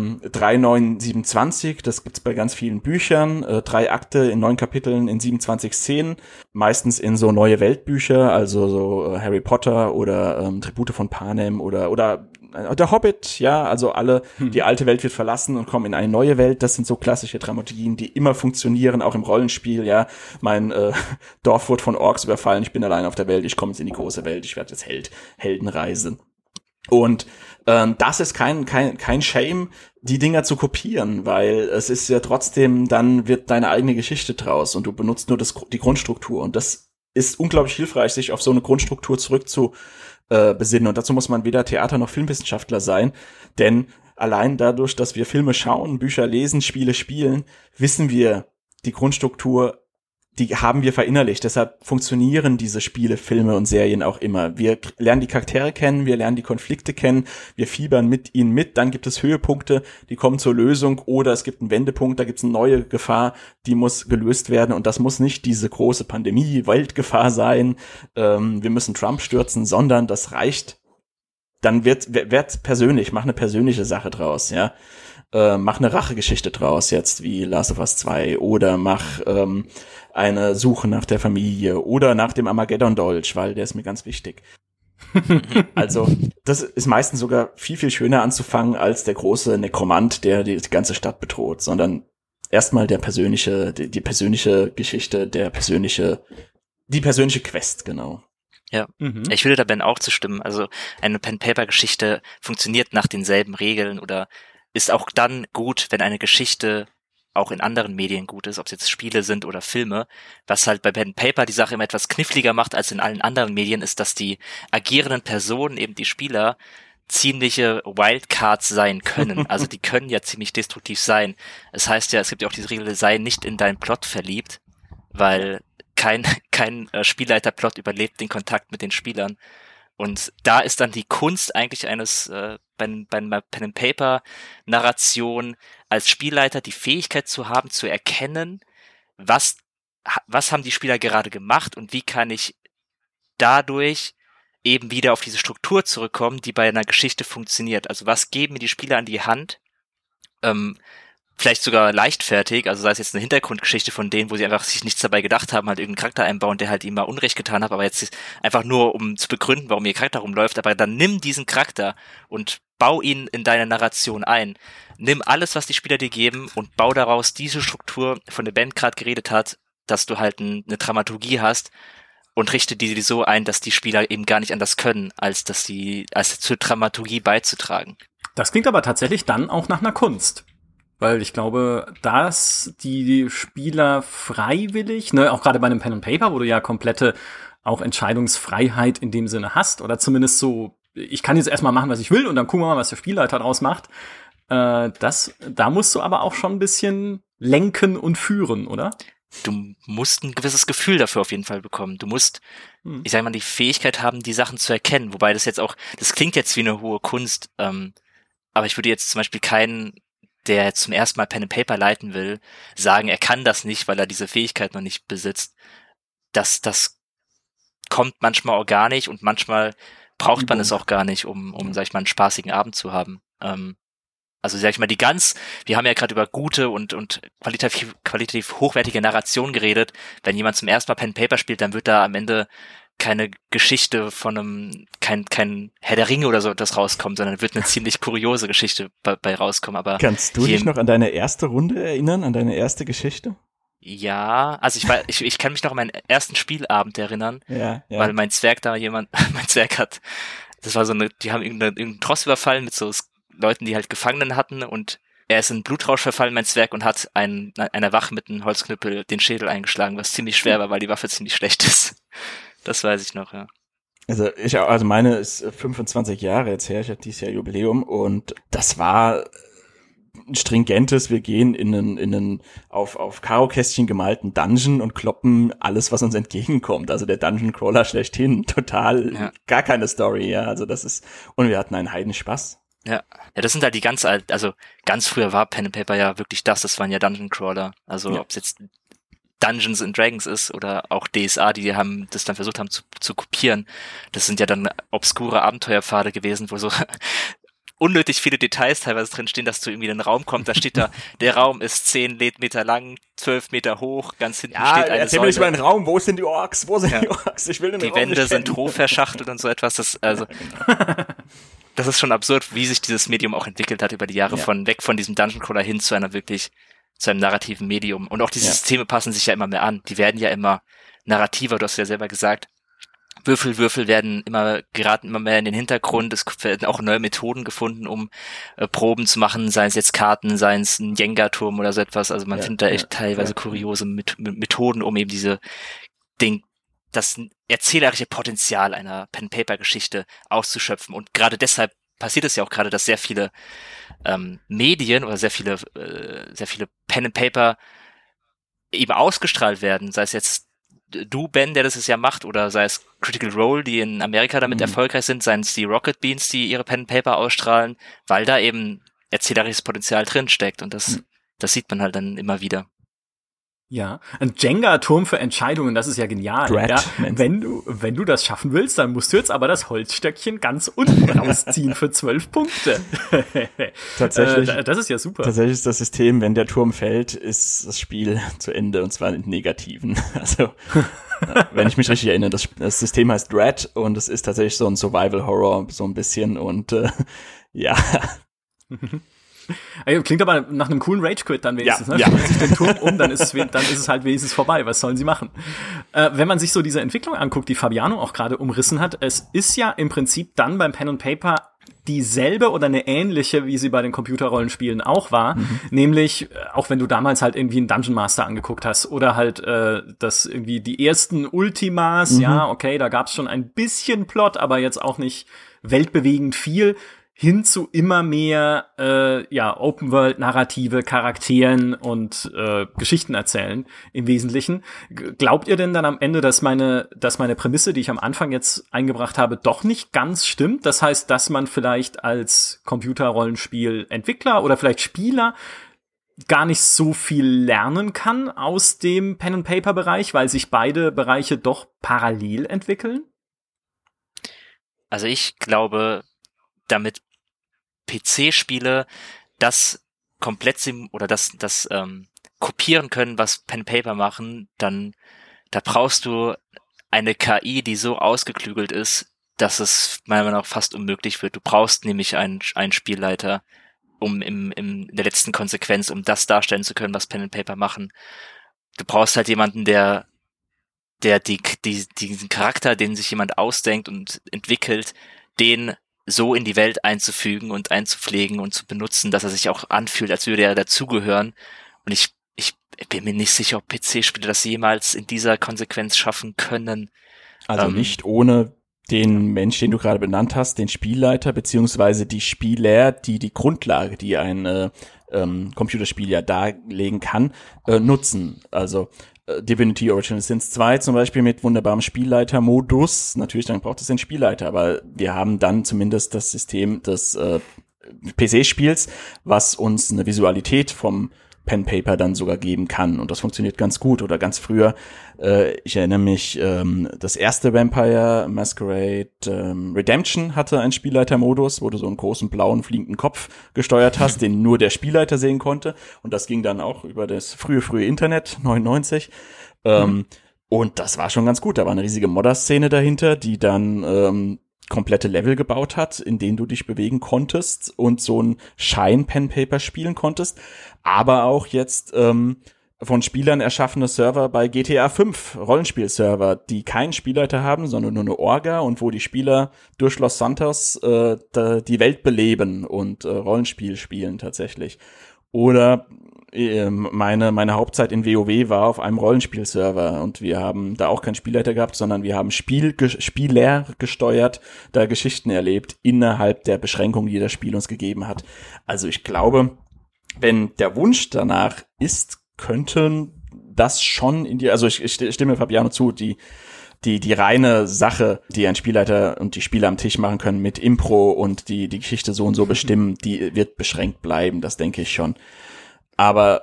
3-9-27, das gibt's bei ganz vielen Büchern, 3 Akte in 9 Kapiteln in 27 Szenen, meistens in so neue Weltbücher, also so Harry Potter oder Tribute von Panem oder der Hobbit, ja, also alle, die alte Welt wird verlassen und kommen in eine neue Welt, das sind so klassische Dramaturgien, die immer funktionieren, auch im Rollenspiel, ja, mein Dorf wurde von Orks überfallen, ich bin allein auf der Welt, ich komme jetzt in die große Welt, ich werde jetzt Heldenreise. Und das ist kein Shame, die Dinger zu kopieren, weil es ist ja trotzdem, dann wird deine eigene Geschichte draus und du benutzt nur die Grundstruktur. Und das ist unglaublich hilfreich, sich auf so eine Grundstruktur besinnen. Und dazu muss man weder Theater noch Filmwissenschaftler sein, denn allein dadurch, dass wir Filme schauen, Bücher lesen, Spiele spielen, wissen wir die Grundstruktur, die haben wir verinnerlicht. Deshalb funktionieren diese Spiele, Filme und Serien auch immer. Wir lernen die Charaktere kennen, wir lernen die Konflikte kennen, wir fiebern mit ihnen mit, dann gibt es Höhepunkte, die kommen zur Lösung oder es gibt einen Wendepunkt, da gibt es eine neue Gefahr, die muss gelöst werden und das muss nicht diese große Pandemie, Weltgefahr sein, wir müssen Trump stürzen, sondern das reicht. Dann wird persönlich, mach eine persönliche Sache draus, ja. Mach eine Rachegeschichte draus jetzt, wie Last of Us 2, oder mach eine Suche nach der Familie oder nach dem Armageddon-Dolch, weil der ist mir ganz wichtig. Also, das ist meistens sogar viel, viel schöner anzufangen als der große Nekromant, der die ganze Stadt bedroht, sondern erstmal die persönliche Geschichte, die persönliche Quest, genau. Ja, ich würde da Ben auch zustimmen. Also eine Pen-Paper-Geschichte funktioniert nach denselben Regeln oder ist auch dann gut, wenn eine Geschichte auch in anderen Medien gut ist, ob es jetzt Spiele sind oder Filme. Was halt bei Pen Paper die Sache immer etwas kniffliger macht als in allen anderen Medien, ist, dass die agierenden Personen, eben die Spieler, ziemliche Wildcards sein können. Also die können ja ziemlich destruktiv sein. Es heißt ja, es gibt ja auch diese Regel, sei nicht in deinen Plot verliebt, weil kein Spielleiterplot überlebt den Kontakt mit den Spielern. Und da ist dann die Kunst eigentlich eines bei einer Pen-and-Paper-Narration als Spielleiter die Fähigkeit zu haben, zu erkennen, was haben die Spieler gerade gemacht und wie kann ich dadurch eben wieder auf diese Struktur zurückkommen, die bei einer Geschichte funktioniert. Also was geben mir die Spieler an die Hand, vielleicht sogar leichtfertig, also sei es jetzt eine Hintergrundgeschichte von denen, wo sie einfach sich nichts dabei gedacht haben, halt irgendeinen Charakter einbauen, der halt ihm mal Unrecht getan hat, aber jetzt einfach nur, um zu begründen, warum ihr Charakter rumläuft, aber dann nimm diesen Charakter und bau ihn in deine Narration ein. Nimm alles, was die Spieler dir geben und bau daraus diese Struktur, von der Ben gerade geredet hat, dass du halt eine Dramaturgie hast und richte die so ein, dass die Spieler eben gar nicht anders können, als zur Dramaturgie beizutragen. Das klingt aber tatsächlich dann auch nach einer Kunst. Weil ich glaube, dass die Spieler freiwillig, ne, auch gerade bei einem Pen and Paper, wo du ja komplette auch Entscheidungsfreiheit in dem Sinne hast, oder zumindest so, ich kann jetzt erstmal machen, was ich will, und dann gucken wir mal, was der Spielleiter daraus macht. Da musst du aber auch schon ein bisschen lenken und führen, oder? Du musst ein gewisses Gefühl dafür auf jeden Fall bekommen. Du musst, ich sag mal, die Fähigkeit haben, die Sachen zu erkennen. Wobei das klingt jetzt wie eine hohe Kunst, aber ich würde jetzt zum Beispiel keinen, der jetzt zum ersten Mal Pen and Paper leiten will, sagen, er kann das nicht, weil er diese Fähigkeit noch nicht besitzt. Das kommt manchmal organisch und manchmal braucht man es auch gar nicht, um sag ich mal, einen spaßigen Abend zu haben. Also sag ich mal, wir haben ja gerade über gute und qualitativ hochwertige Narration geredet. Wenn jemand zum ersten Mal Pen and Paper spielt, dann wird da am Ende keine Geschichte von kein Herr der Ringe oder so das rauskommen, sondern wird eine ziemlich kuriose Geschichte bei rauskommen. Aber kannst du dich noch an deine erste Runde erinnern, an deine erste Geschichte? Ja, also ich kann mich noch an meinen ersten Spielabend erinnern, weil mein Zwerg hat, das war die haben irgendeinen Tross überfallen mit so Leuten, die halt Gefangenen hatten, und er ist in Blutrausch verfallen, mein Zwerg, und hat einer Wache mit einem Holzknüppel den Schädel eingeschlagen, was ziemlich schwer war, weil die Waffe ziemlich schlecht ist. Das weiß ich noch, ja. Also meine ist 25 Jahre jetzt her, ich hatte dieses Jahr Jubiläum, und das war ein stringentes, wir gehen in einen auf Karo-Kästchen gemalten Dungeon und kloppen alles, was uns entgegenkommt. Also der Dungeon Crawler schlechthin, total, gar keine Story, ja. Also und wir hatten einen Heidenspaß. Ja, das sind halt die ganz alten, also ganz früher war Pen and Paper ja wirklich das waren ja Dungeon Crawler. Also ob es jetzt Dungeons and Dragons ist oder auch DSA, die das dann versucht haben zu kopieren. Das sind ja dann obskure Abenteuerpfade gewesen, wo so unnötig viele Details teilweise drin stehen, dass du irgendwie in den Raum kommst, da steht da, der Raum ist 10 Meter lang, 12 Meter hoch, ganz hinten steht eine erzähl mir nicht mal einen Raum, wo sind die Orks, die Orks, ich will den Die Raum Wände nicht sind hoch verschachtelt und so etwas, das ist schon absurd, wie sich dieses Medium auch entwickelt hat über die Jahre, weg von diesem Dungeon Crawler hin zu einem narrativen Medium. Und auch die Systeme passen sich ja immer mehr an. Die werden ja immer narrativer, du hast ja selber gesagt. Würfel geraten immer mehr in den Hintergrund. Es werden auch neue Methoden gefunden, um Proben zu machen, seien es jetzt Karten, seien es ein Jenga-Turm oder so etwas. Also man findet da echt teilweise kuriose Methoden, um eben das erzählerische Potenzial einer Pen-Paper-Geschichte auszuschöpfen. Und gerade deshalb passiert es ja auch gerade, dass sehr viele Medien oder sehr viele Pen and Paper eben ausgestrahlt werden, sei es jetzt du, Ben, der das ja macht, oder sei es Critical Role, die in Amerika damit erfolgreich sind, seien es die Rocket Beans, die ihre Pen and Paper ausstrahlen, weil da eben erzählerisches Potenzial drin steckt, und das sieht man halt dann immer wieder. Ja, ein Jenga-Turm für Entscheidungen, das ist ja genial. Dread, ja, wenn du das schaffen willst, dann musst du jetzt aber das Holzstöckchen ganz unten rausziehen für 12 Punkte. Tatsächlich. Das ist ja super. Tatsächlich ist das System, wenn der Turm fällt, ist das Spiel zu Ende, und zwar in Negativen. Also, wenn ich mich richtig erinnere, das System heißt Dread und es ist tatsächlich so ein Survival-Horror, so ein bisschen, und ja. Klingt aber nach einem coolen Rage-Quit dann wenigstens. Ja, ne? ja. Schauen sich den Turm um, dann ist es halt wenigstens vorbei. Was sollen sie machen? Wenn man sich so diese Entwicklung anguckt, die Fabiano auch gerade umrissen hat, es ist ja im Prinzip dann beim Pen and Paper dieselbe oder eine ähnliche, wie sie bei den Computerrollenspielen auch war. Nämlich, auch wenn du damals halt irgendwie einen Dungeon Master angeguckt hast oder halt das irgendwie die ersten Ultimas, ja, okay, da gab's schon ein bisschen Plot, aber jetzt auch nicht weltbewegend viel, hin zu immer mehr Open-World-Narrative, Charakteren und Geschichten erzählen im Wesentlichen. Glaubt ihr denn dann am Ende, dass meine Prämisse, die ich am Anfang jetzt eingebracht habe, doch nicht ganz stimmt? Das heißt, dass man vielleicht als Computerrollenspiel-Entwickler oder vielleicht Spieler gar nicht so viel lernen kann aus dem Pen-and-Paper-Bereich, weil sich beide Bereiche doch parallel entwickeln? Also ich glaube, damit PC-Spiele das komplett das kopieren können, was Pen Paper machen, dann da brauchst du eine KI, die so ausgeklügelt ist, dass es meiner Meinung nach fast unmöglich wird. Du brauchst nämlich einen Spielleiter, um in der letzten Konsequenz, um das darstellen zu können, was Pen and Paper machen. Du brauchst halt jemanden, der diesen Charakter, den sich jemand ausdenkt und entwickelt, den so in die Welt einzufügen und einzupflegen und zu benutzen, dass er sich auch anfühlt, als würde er dazugehören. Und ich bin mir nicht sicher, ob PC-Spiele das jemals in dieser Konsequenz schaffen können. Also nicht ohne den Mensch, den du gerade benannt hast, den Spielleiter, beziehungsweise die Spieler, die Grundlage, die ein Computerspiel ja darlegen kann, nutzen. Also Divinity Original Sin 2 zum Beispiel mit wunderbarem Spielleiter-Modus. Natürlich, dann braucht es den Spielleiter, aber wir haben dann zumindest das System des PC-Spiels, was uns eine Visualität vom Pen-Paper dann sogar geben kann. Und das funktioniert ganz gut. Oder ganz früher, ich erinnere mich, das erste Vampire Masquerade Redemption hatte einen Spielleiter-Modus, wo du so einen großen blauen fliegenden Kopf gesteuert hast, den nur der Spielleiter sehen konnte. Und das ging dann auch über das frühe Internet, 99. Und das war schon ganz gut. Da war eine riesige Modder-Szene dahinter, die dann komplette Level gebaut hat, in denen du dich bewegen konntest und so ein Schein-Pen-Paper spielen konntest, aber auch jetzt von Spielern erschaffene Server bei GTA 5, Rollenspiel-Server, die keinen Spielleiter haben, sondern nur eine Orga und wo die Spieler durch Los Santos die Welt beleben und Rollenspiel spielen tatsächlich. Oder meine Hauptzeit in WoW war auf einem Rollenspielserver und wir haben da auch keinen Spielleiter gehabt, sondern wir haben Spieler gesteuert, da Geschichten erlebt innerhalb der Beschränkungen, die das Spiel uns gegeben hat. Also ich glaube, wenn der Wunsch danach ist, könnten das schon also ich stimme Fabiano zu, die reine Sache, die ein Spielleiter und die Spieler am Tisch machen können mit Impro und die Geschichte so und so bestimmen, die wird beschränkt bleiben, das denke ich schon. Aber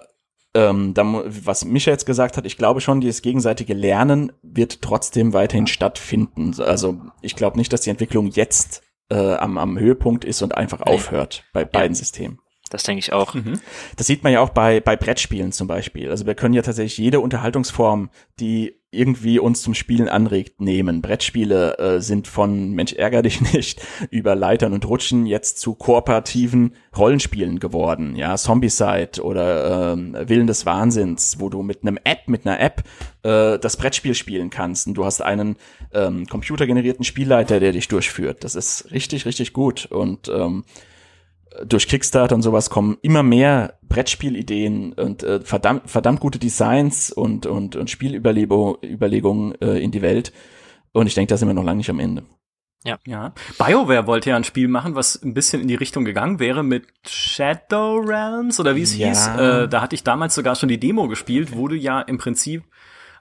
was Micha jetzt gesagt hat, ich glaube schon, dieses gegenseitige Lernen wird trotzdem weiterhin stattfinden. Also ich glaube nicht, dass die Entwicklung jetzt am Höhepunkt ist und einfach aufhört bei beiden Systemen. Das denke ich auch. Das sieht man ja auch bei Brettspielen zum Beispiel. Also wir können ja tatsächlich jede Unterhaltungsform, die irgendwie uns zum Spielen anregt, nehmen. Brettspiele sind von Mensch ärger dich nicht über Leitern und Rutschen jetzt zu kooperativen Rollenspielen geworden. Ja, Zombicide oder Willen des Wahnsinns, wo du mit einer App das Brettspiel spielen kannst. Und du hast einen computergenerierten Spielleiter, der dich durchführt. Das ist richtig, richtig gut. Und durch Kickstarter und sowas kommen immer mehr Brettspielideen und verdammt gute Designs und Spielüberlegungen in die Welt. Und ich denke, da sind wir noch lange nicht am Ende. Ja. BioWare wollte ja ein Spiel machen, was ein bisschen in die Richtung gegangen wäre mit Shadow Realms oder wie es hieß. Da hatte ich damals sogar schon die Demo gespielt, wo du ja im Prinzip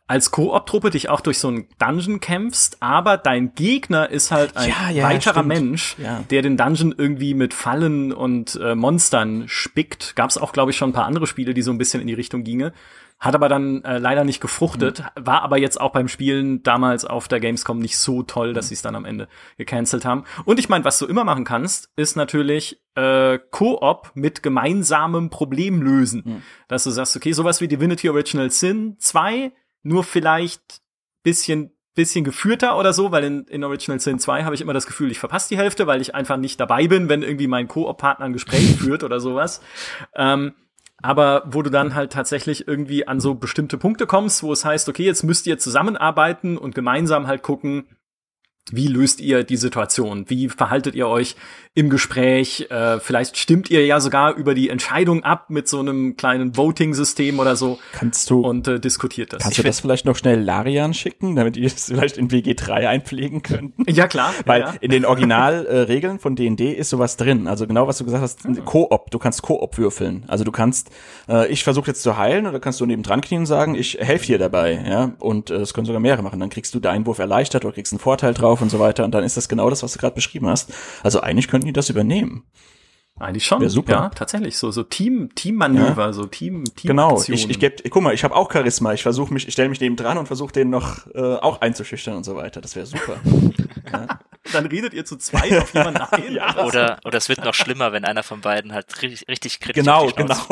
als Koop-Truppe dich auch durch so einen Dungeon kämpfst, aber dein Gegner ist halt ein weiterer Mensch, der den Dungeon irgendwie mit Fallen und Monstern spickt. Gab's auch, glaube ich, schon ein paar andere Spiele, die so ein bisschen in die Richtung gingen. Hat aber dann leider nicht gefruchtet, war aber jetzt auch beim Spielen damals auf der Gamescom nicht so toll, dass sie es dann am Ende gecancelt haben. Und ich meine, was du immer machen kannst, ist natürlich Koop mit gemeinsamem Problem lösen. Dass du sagst, okay, sowas wie Divinity Original Sin 2, nur vielleicht bisschen geführter oder so, weil in Original Sin 2 habe ich immer das Gefühl, ich verpasse die Hälfte, weil ich einfach nicht dabei bin, wenn irgendwie mein Koop-Partner ein Gespräch führt oder sowas. Aber wo du dann halt tatsächlich irgendwie an so bestimmte Punkte kommst, wo es heißt, okay, jetzt müsst ihr zusammenarbeiten und gemeinsam halt gucken, wie löst ihr die Situation? Wie verhaltet ihr euch im Gespräch? Vielleicht stimmt ihr ja sogar über die Entscheidung ab mit so einem kleinen Voting-System oder so. Und diskutiert das. Kannst du das vielleicht noch schnell Larian schicken, damit die es vielleicht in WG3 einpflegen könnten? Ja, klar. Weil in den Originalregeln von D&D ist sowas drin. Also genau, was du gesagt hast, Koop. Du kannst Koop würfeln. Also du kannst, ich versuche jetzt zu heilen, oder kannst du nebendran knien und sagen, ich helfe dir dabei. Ja, und das können sogar mehrere machen. Dann kriegst du deinen Wurf erleichtert oder kriegst einen Vorteil drauf und so weiter. Und dann ist das genau das, was du gerade beschrieben hast. Also eigentlich könnten die das übernehmen. Eigentlich schon. Wäre super. Ja, tatsächlich. So Teammanöver, so Team. Genau. Guck mal, ich habe auch Charisma. Ich stelle mich neben dran und versuche den noch auch einzuschüchtern und so weiter. Das wäre super. Ja. Dann redet ihr zu zweit auf jemanden ein. Ja. Oder es wird noch schlimmer, wenn einer von beiden halt richtig kritisch genau.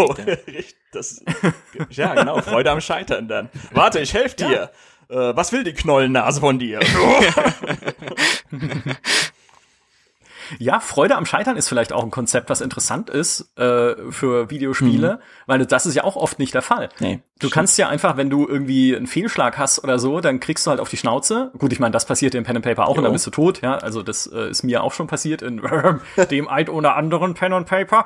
Ja, genau. Freude am Scheitern dann. Warte, ich helfe dir. Ja. Was will die Knollennase von dir? Ja, Freude am Scheitern ist vielleicht auch ein Konzept, was interessant ist für Videospiele, weil das ist ja auch oft nicht der Fall. Nee, du kannst ja einfach, wenn du irgendwie einen Fehlschlag hast oder so, dann kriegst du halt auf die Schnauze. Gut, ich meine, das passiert im Pen and Paper auch und dann bist du tot. Ja, also das ist mir auch schon passiert in dem ein oder anderen Pen and Paper.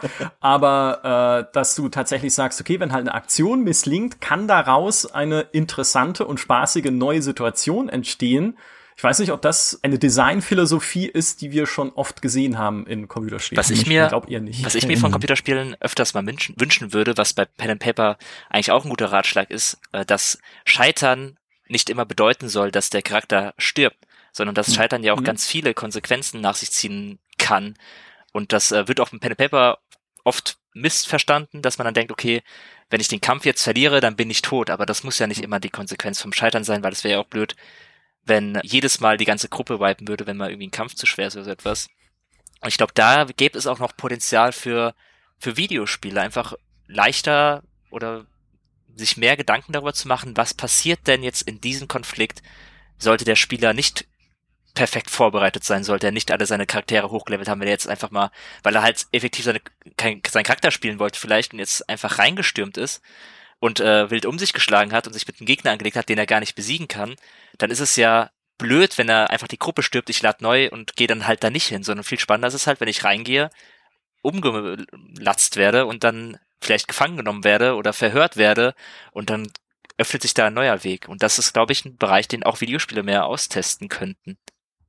Aber dass du tatsächlich sagst, okay, wenn halt eine Aktion misslingt, kann daraus eine interessante und spaßige neue Situation entstehen. Ich weiß nicht, ob das eine Designphilosophie ist, die wir schon oft gesehen haben in Computerspielen. Was ich mir von Computerspielen öfters mal wünschen würde, was bei Pen and Paper eigentlich auch ein guter Ratschlag ist, dass Scheitern nicht immer bedeuten soll, dass der Charakter stirbt, sondern dass Scheitern ja auch ganz viele Konsequenzen nach sich ziehen kann. Und das wird auch im Pen and Paper oft missverstanden, dass man dann denkt, okay, wenn ich den Kampf jetzt verliere, dann bin ich tot. Aber das muss ja nicht immer die Konsequenz vom Scheitern sein, weil das wäre ja auch blöd, wenn jedes Mal die ganze Gruppe wipen würde, wenn mal irgendwie ein Kampf zu schwer ist oder so etwas. Und ich glaube, da gäbe es auch noch Potenzial für Videospiele, einfach leichter oder sich mehr Gedanken darüber zu machen, was passiert denn jetzt in diesem Konflikt, sollte der Spieler nicht perfekt vorbereitet sein, sollte er nicht alle seine Charaktere hochgelevelt haben, wenn er jetzt einfach mal, weil er halt effektiv seinen Charakter spielen wollte vielleicht und jetzt einfach reingestürmt ist und wild um sich geschlagen hat und sich mit einem Gegner angelegt hat, den er gar nicht besiegen kann, dann ist es ja blöd, wenn er einfach die Gruppe stirbt, ich lade neu und gehe dann halt da nicht hin, sondern viel spannender ist es halt, wenn ich reingehe, umgelatzt werde und dann vielleicht gefangen genommen werde oder verhört werde und dann öffnet sich da ein neuer Weg. Und das ist, glaube ich, ein Bereich, den auch Videospiele mehr austesten könnten.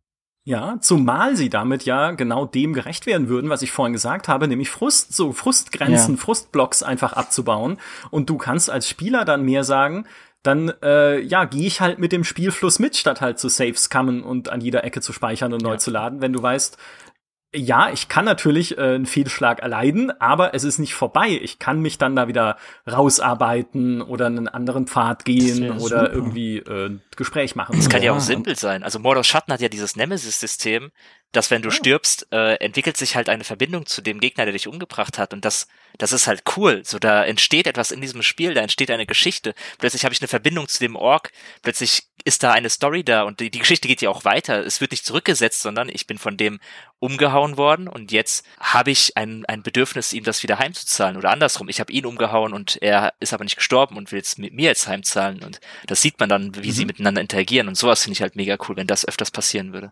Ja, zumal sie damit ja genau dem gerecht werden würden, was ich vorhin gesagt habe, nämlich Frustgrenzen, Frustblocks einfach abzubauen. Und du kannst als Spieler dann mehr sagen, dann gehe ich halt mit dem Spielfluss mit, statt halt zu Saves cammen und an jeder Ecke zu speichern und neu zu laden. Wenn du weißt, ja, ich kann natürlich einen Fehlschlag erleiden, aber es ist nicht vorbei. Ich kann mich dann da wieder rausarbeiten oder einen anderen Pfad gehen oder super. Irgendwie ein Gespräch machen. Das kann ja auch simpel sein. Also Mordor Schatten hat ja dieses Nemesis-System, dass wenn du stirbst, entwickelt sich halt eine Verbindung zu dem Gegner, der dich umgebracht hat. Und das ist halt cool. So, da entsteht etwas in diesem Spiel, da entsteht eine Geschichte. Plötzlich habe ich eine Verbindung zu dem Ork. Plötzlich ist da eine Story da und die Geschichte geht ja auch weiter. Es wird nicht zurückgesetzt, sondern ich bin von dem umgehauen worden und jetzt habe ich ein Bedürfnis, ihm das wieder heimzuzahlen oder andersrum. Ich habe ihn umgehauen und er ist aber nicht gestorben und will jetzt mit mir jetzt heimzahlen und das sieht man dann, wie sie miteinander interagieren und sowas finde ich halt mega cool, wenn das öfters passieren würde.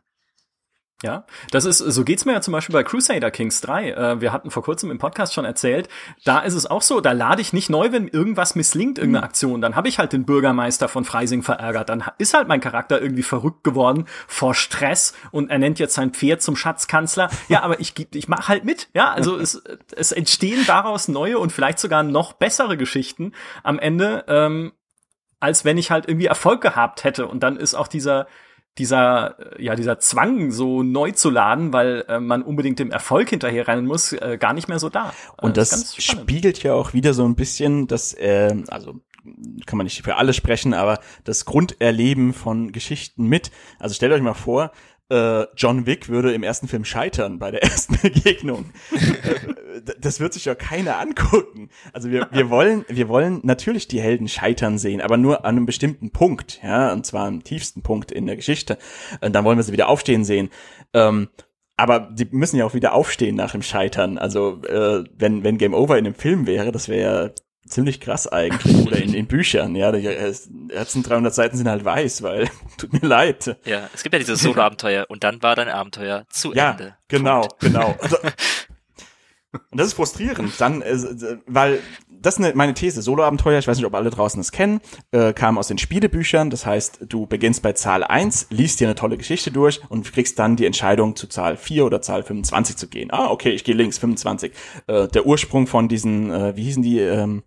Ja, so geht's mir ja zum Beispiel bei Crusader Kings 3. Wir hatten vor kurzem im Podcast schon erzählt, da ist es auch so, da lade ich nicht neu, wenn irgendwas misslingt, irgendeine Aktion. Dann habe ich halt den Bürgermeister von Freising verärgert. Dann ist halt mein Charakter irgendwie verrückt geworden vor Stress und er nennt jetzt sein Pferd zum Schatzkanzler. Ja, aber ich mache halt mit. Ja, also es entstehen daraus neue und vielleicht sogar noch bessere Geschichten am Ende. als wenn ich halt irgendwie Erfolg gehabt hätte. Und dann ist auch dieser Zwang, so neu zu laden, weil man unbedingt dem Erfolg hinterherrennen muss, gar nicht mehr so da. Und das spiegelt ja auch wieder so ein bisschen das, also kann man nicht für alle sprechen, aber das Grunderleben von Geschichten mit. Also stellt euch mal vor, John Wick würde im ersten Film scheitern bei der ersten Begegnung. Das wird sich ja keiner angucken. Also wir wollen natürlich die Helden scheitern sehen, aber nur an einem bestimmten Punkt, ja, und zwar am tiefsten Punkt in der Geschichte. Und dann wollen wir sie wieder aufstehen sehen. Aber die müssen ja auch wieder aufstehen nach dem Scheitern. Also wenn Game Over in einem Film wäre, das wäre ziemlich krass eigentlich. Oder in Büchern, ja. Die ersten 300 Seiten sind halt weiß, weil, tut mir leid. Ja, es gibt ja dieses Solo-Abenteuer und dann war dein Abenteuer zu Ende. Ja, genau. Also, und das ist frustrierend, dann, weil das ist meine These. Solo-Abenteuer, ich weiß nicht, ob alle draußen es kennen, kam aus den Spielebüchern. Das heißt, du beginnst bei Zahl 1, liest dir eine tolle Geschichte durch und kriegst dann die Entscheidung, zu Zahl 4 oder Zahl 25 zu gehen. Ah, okay, ich gehe links, 25. Der Ursprung von diesen, wie hießen die,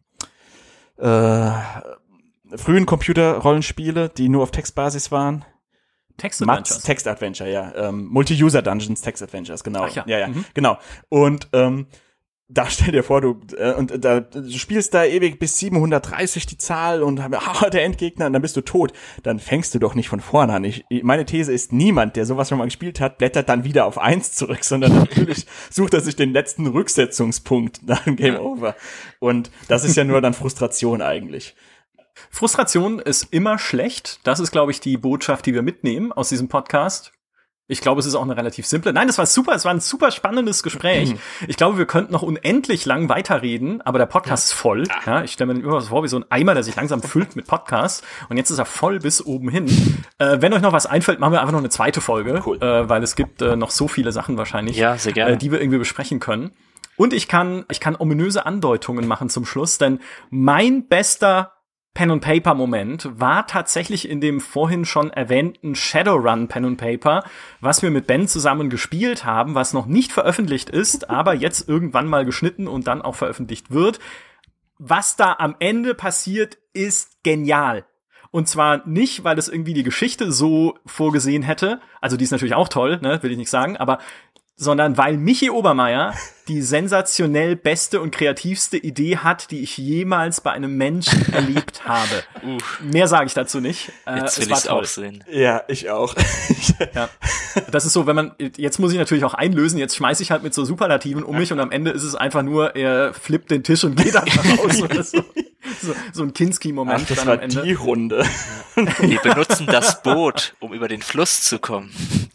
frühen Computer-Rollenspiele, die nur auf Textbasis waren. Text-Adventures. Text-Adventure, ja. Multi-User-Dungeons, Text-Adventures, genau. Ach ja. Ja, genau. Und da stell dir vor, du spielst da ewig bis 730 die Zahl und der Endgegner und dann bist du tot. Dann fängst du doch nicht von vorne an. Meine These ist, niemand, der sowas schon mal gespielt hat, blättert dann wieder auf 1 zurück, sondern natürlich sucht er sich den letzten Rücksetzungspunkt nach dem Game Over. Und das ist ja nur dann Frustration eigentlich. Frustration ist immer schlecht. Das ist, glaube ich, die Botschaft, die wir mitnehmen aus diesem Podcast. Ich glaube, es ist auch eine relativ simple. Nein, das war super. Es war ein super spannendes Gespräch. Ich glaube, wir könnten noch unendlich lang weiterreden, aber der Podcast ist voll. Ja, ich stelle mir immer was vor wie so ein Eimer, der sich langsam füllt mit Podcasts. Und jetzt ist er voll bis oben hin. Wenn euch noch was einfällt, machen wir einfach noch eine zweite Folge, cool. Weil es gibt noch so viele Sachen wahrscheinlich, sehr gerne. Die wir irgendwie besprechen können. Und ich kann ominöse Andeutungen machen zum Schluss, denn mein bester Pen-and-Paper-Moment war tatsächlich in dem vorhin schon erwähnten Shadowrun Pen-and-Paper, was wir mit Ben zusammen gespielt haben, was noch nicht veröffentlicht ist, aber jetzt irgendwann mal geschnitten und dann auch veröffentlicht wird. Was da am Ende passiert, ist genial. Und zwar nicht, weil es irgendwie die Geschichte so vorgesehen hätte, also die ist natürlich auch toll, ne, will ich nicht sagen, aber sondern weil Michi Obermeier die sensationell beste und kreativste Idee hat, die ich jemals bei einem Menschen erlebt habe. Mehr sage ich dazu nicht. Jetzt will ich es auch sehen. Ja, ich auch. Ja. Das ist so, jetzt muss ich natürlich auch einlösen, jetzt schmeiße ich halt mit so Superlativen um mich und am Ende ist es einfach nur, er flippt den Tisch und geht einfach raus oder so. So ein Kinski-Moment. Ach, das dann war am Ende. die Runde. Wir benutzen das Boot, um über den Fluss zu kommen.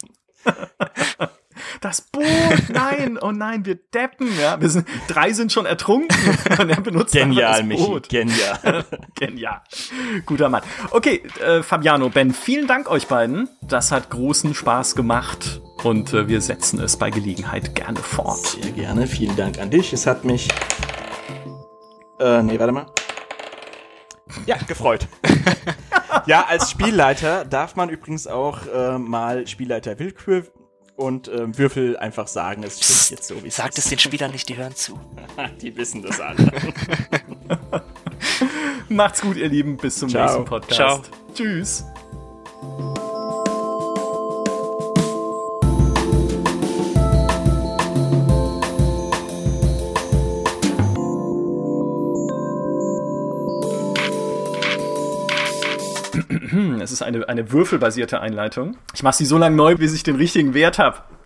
Das Boot, nein, oh nein, wir deppen, ja. 3 sind schon ertrunken und er benutzt genial, das Boot. Michi, genial. Genial. Guter Mann. Okay, Fabiano, Ben, vielen Dank euch beiden. Das hat großen Spaß gemacht und wir setzen es bei Gelegenheit gerne fort. Sehr gerne, vielen Dank an dich. Es hat mich warte mal. Ja, gefreut. Ja, als Spielleiter darf man übrigens auch mal Spielleiter Willkür und Würfel einfach sagen, es stimmt jetzt so, wie es ist. Sagt es den Spielern nicht, die hören zu. Die wissen das alle. Macht's gut, ihr Lieben. Bis zum nächsten Podcast. Ciao. Tschüss. Es ist eine würfelbasierte Einleitung. Ich mache sie so lange neu, bis ich den richtigen Wert habe.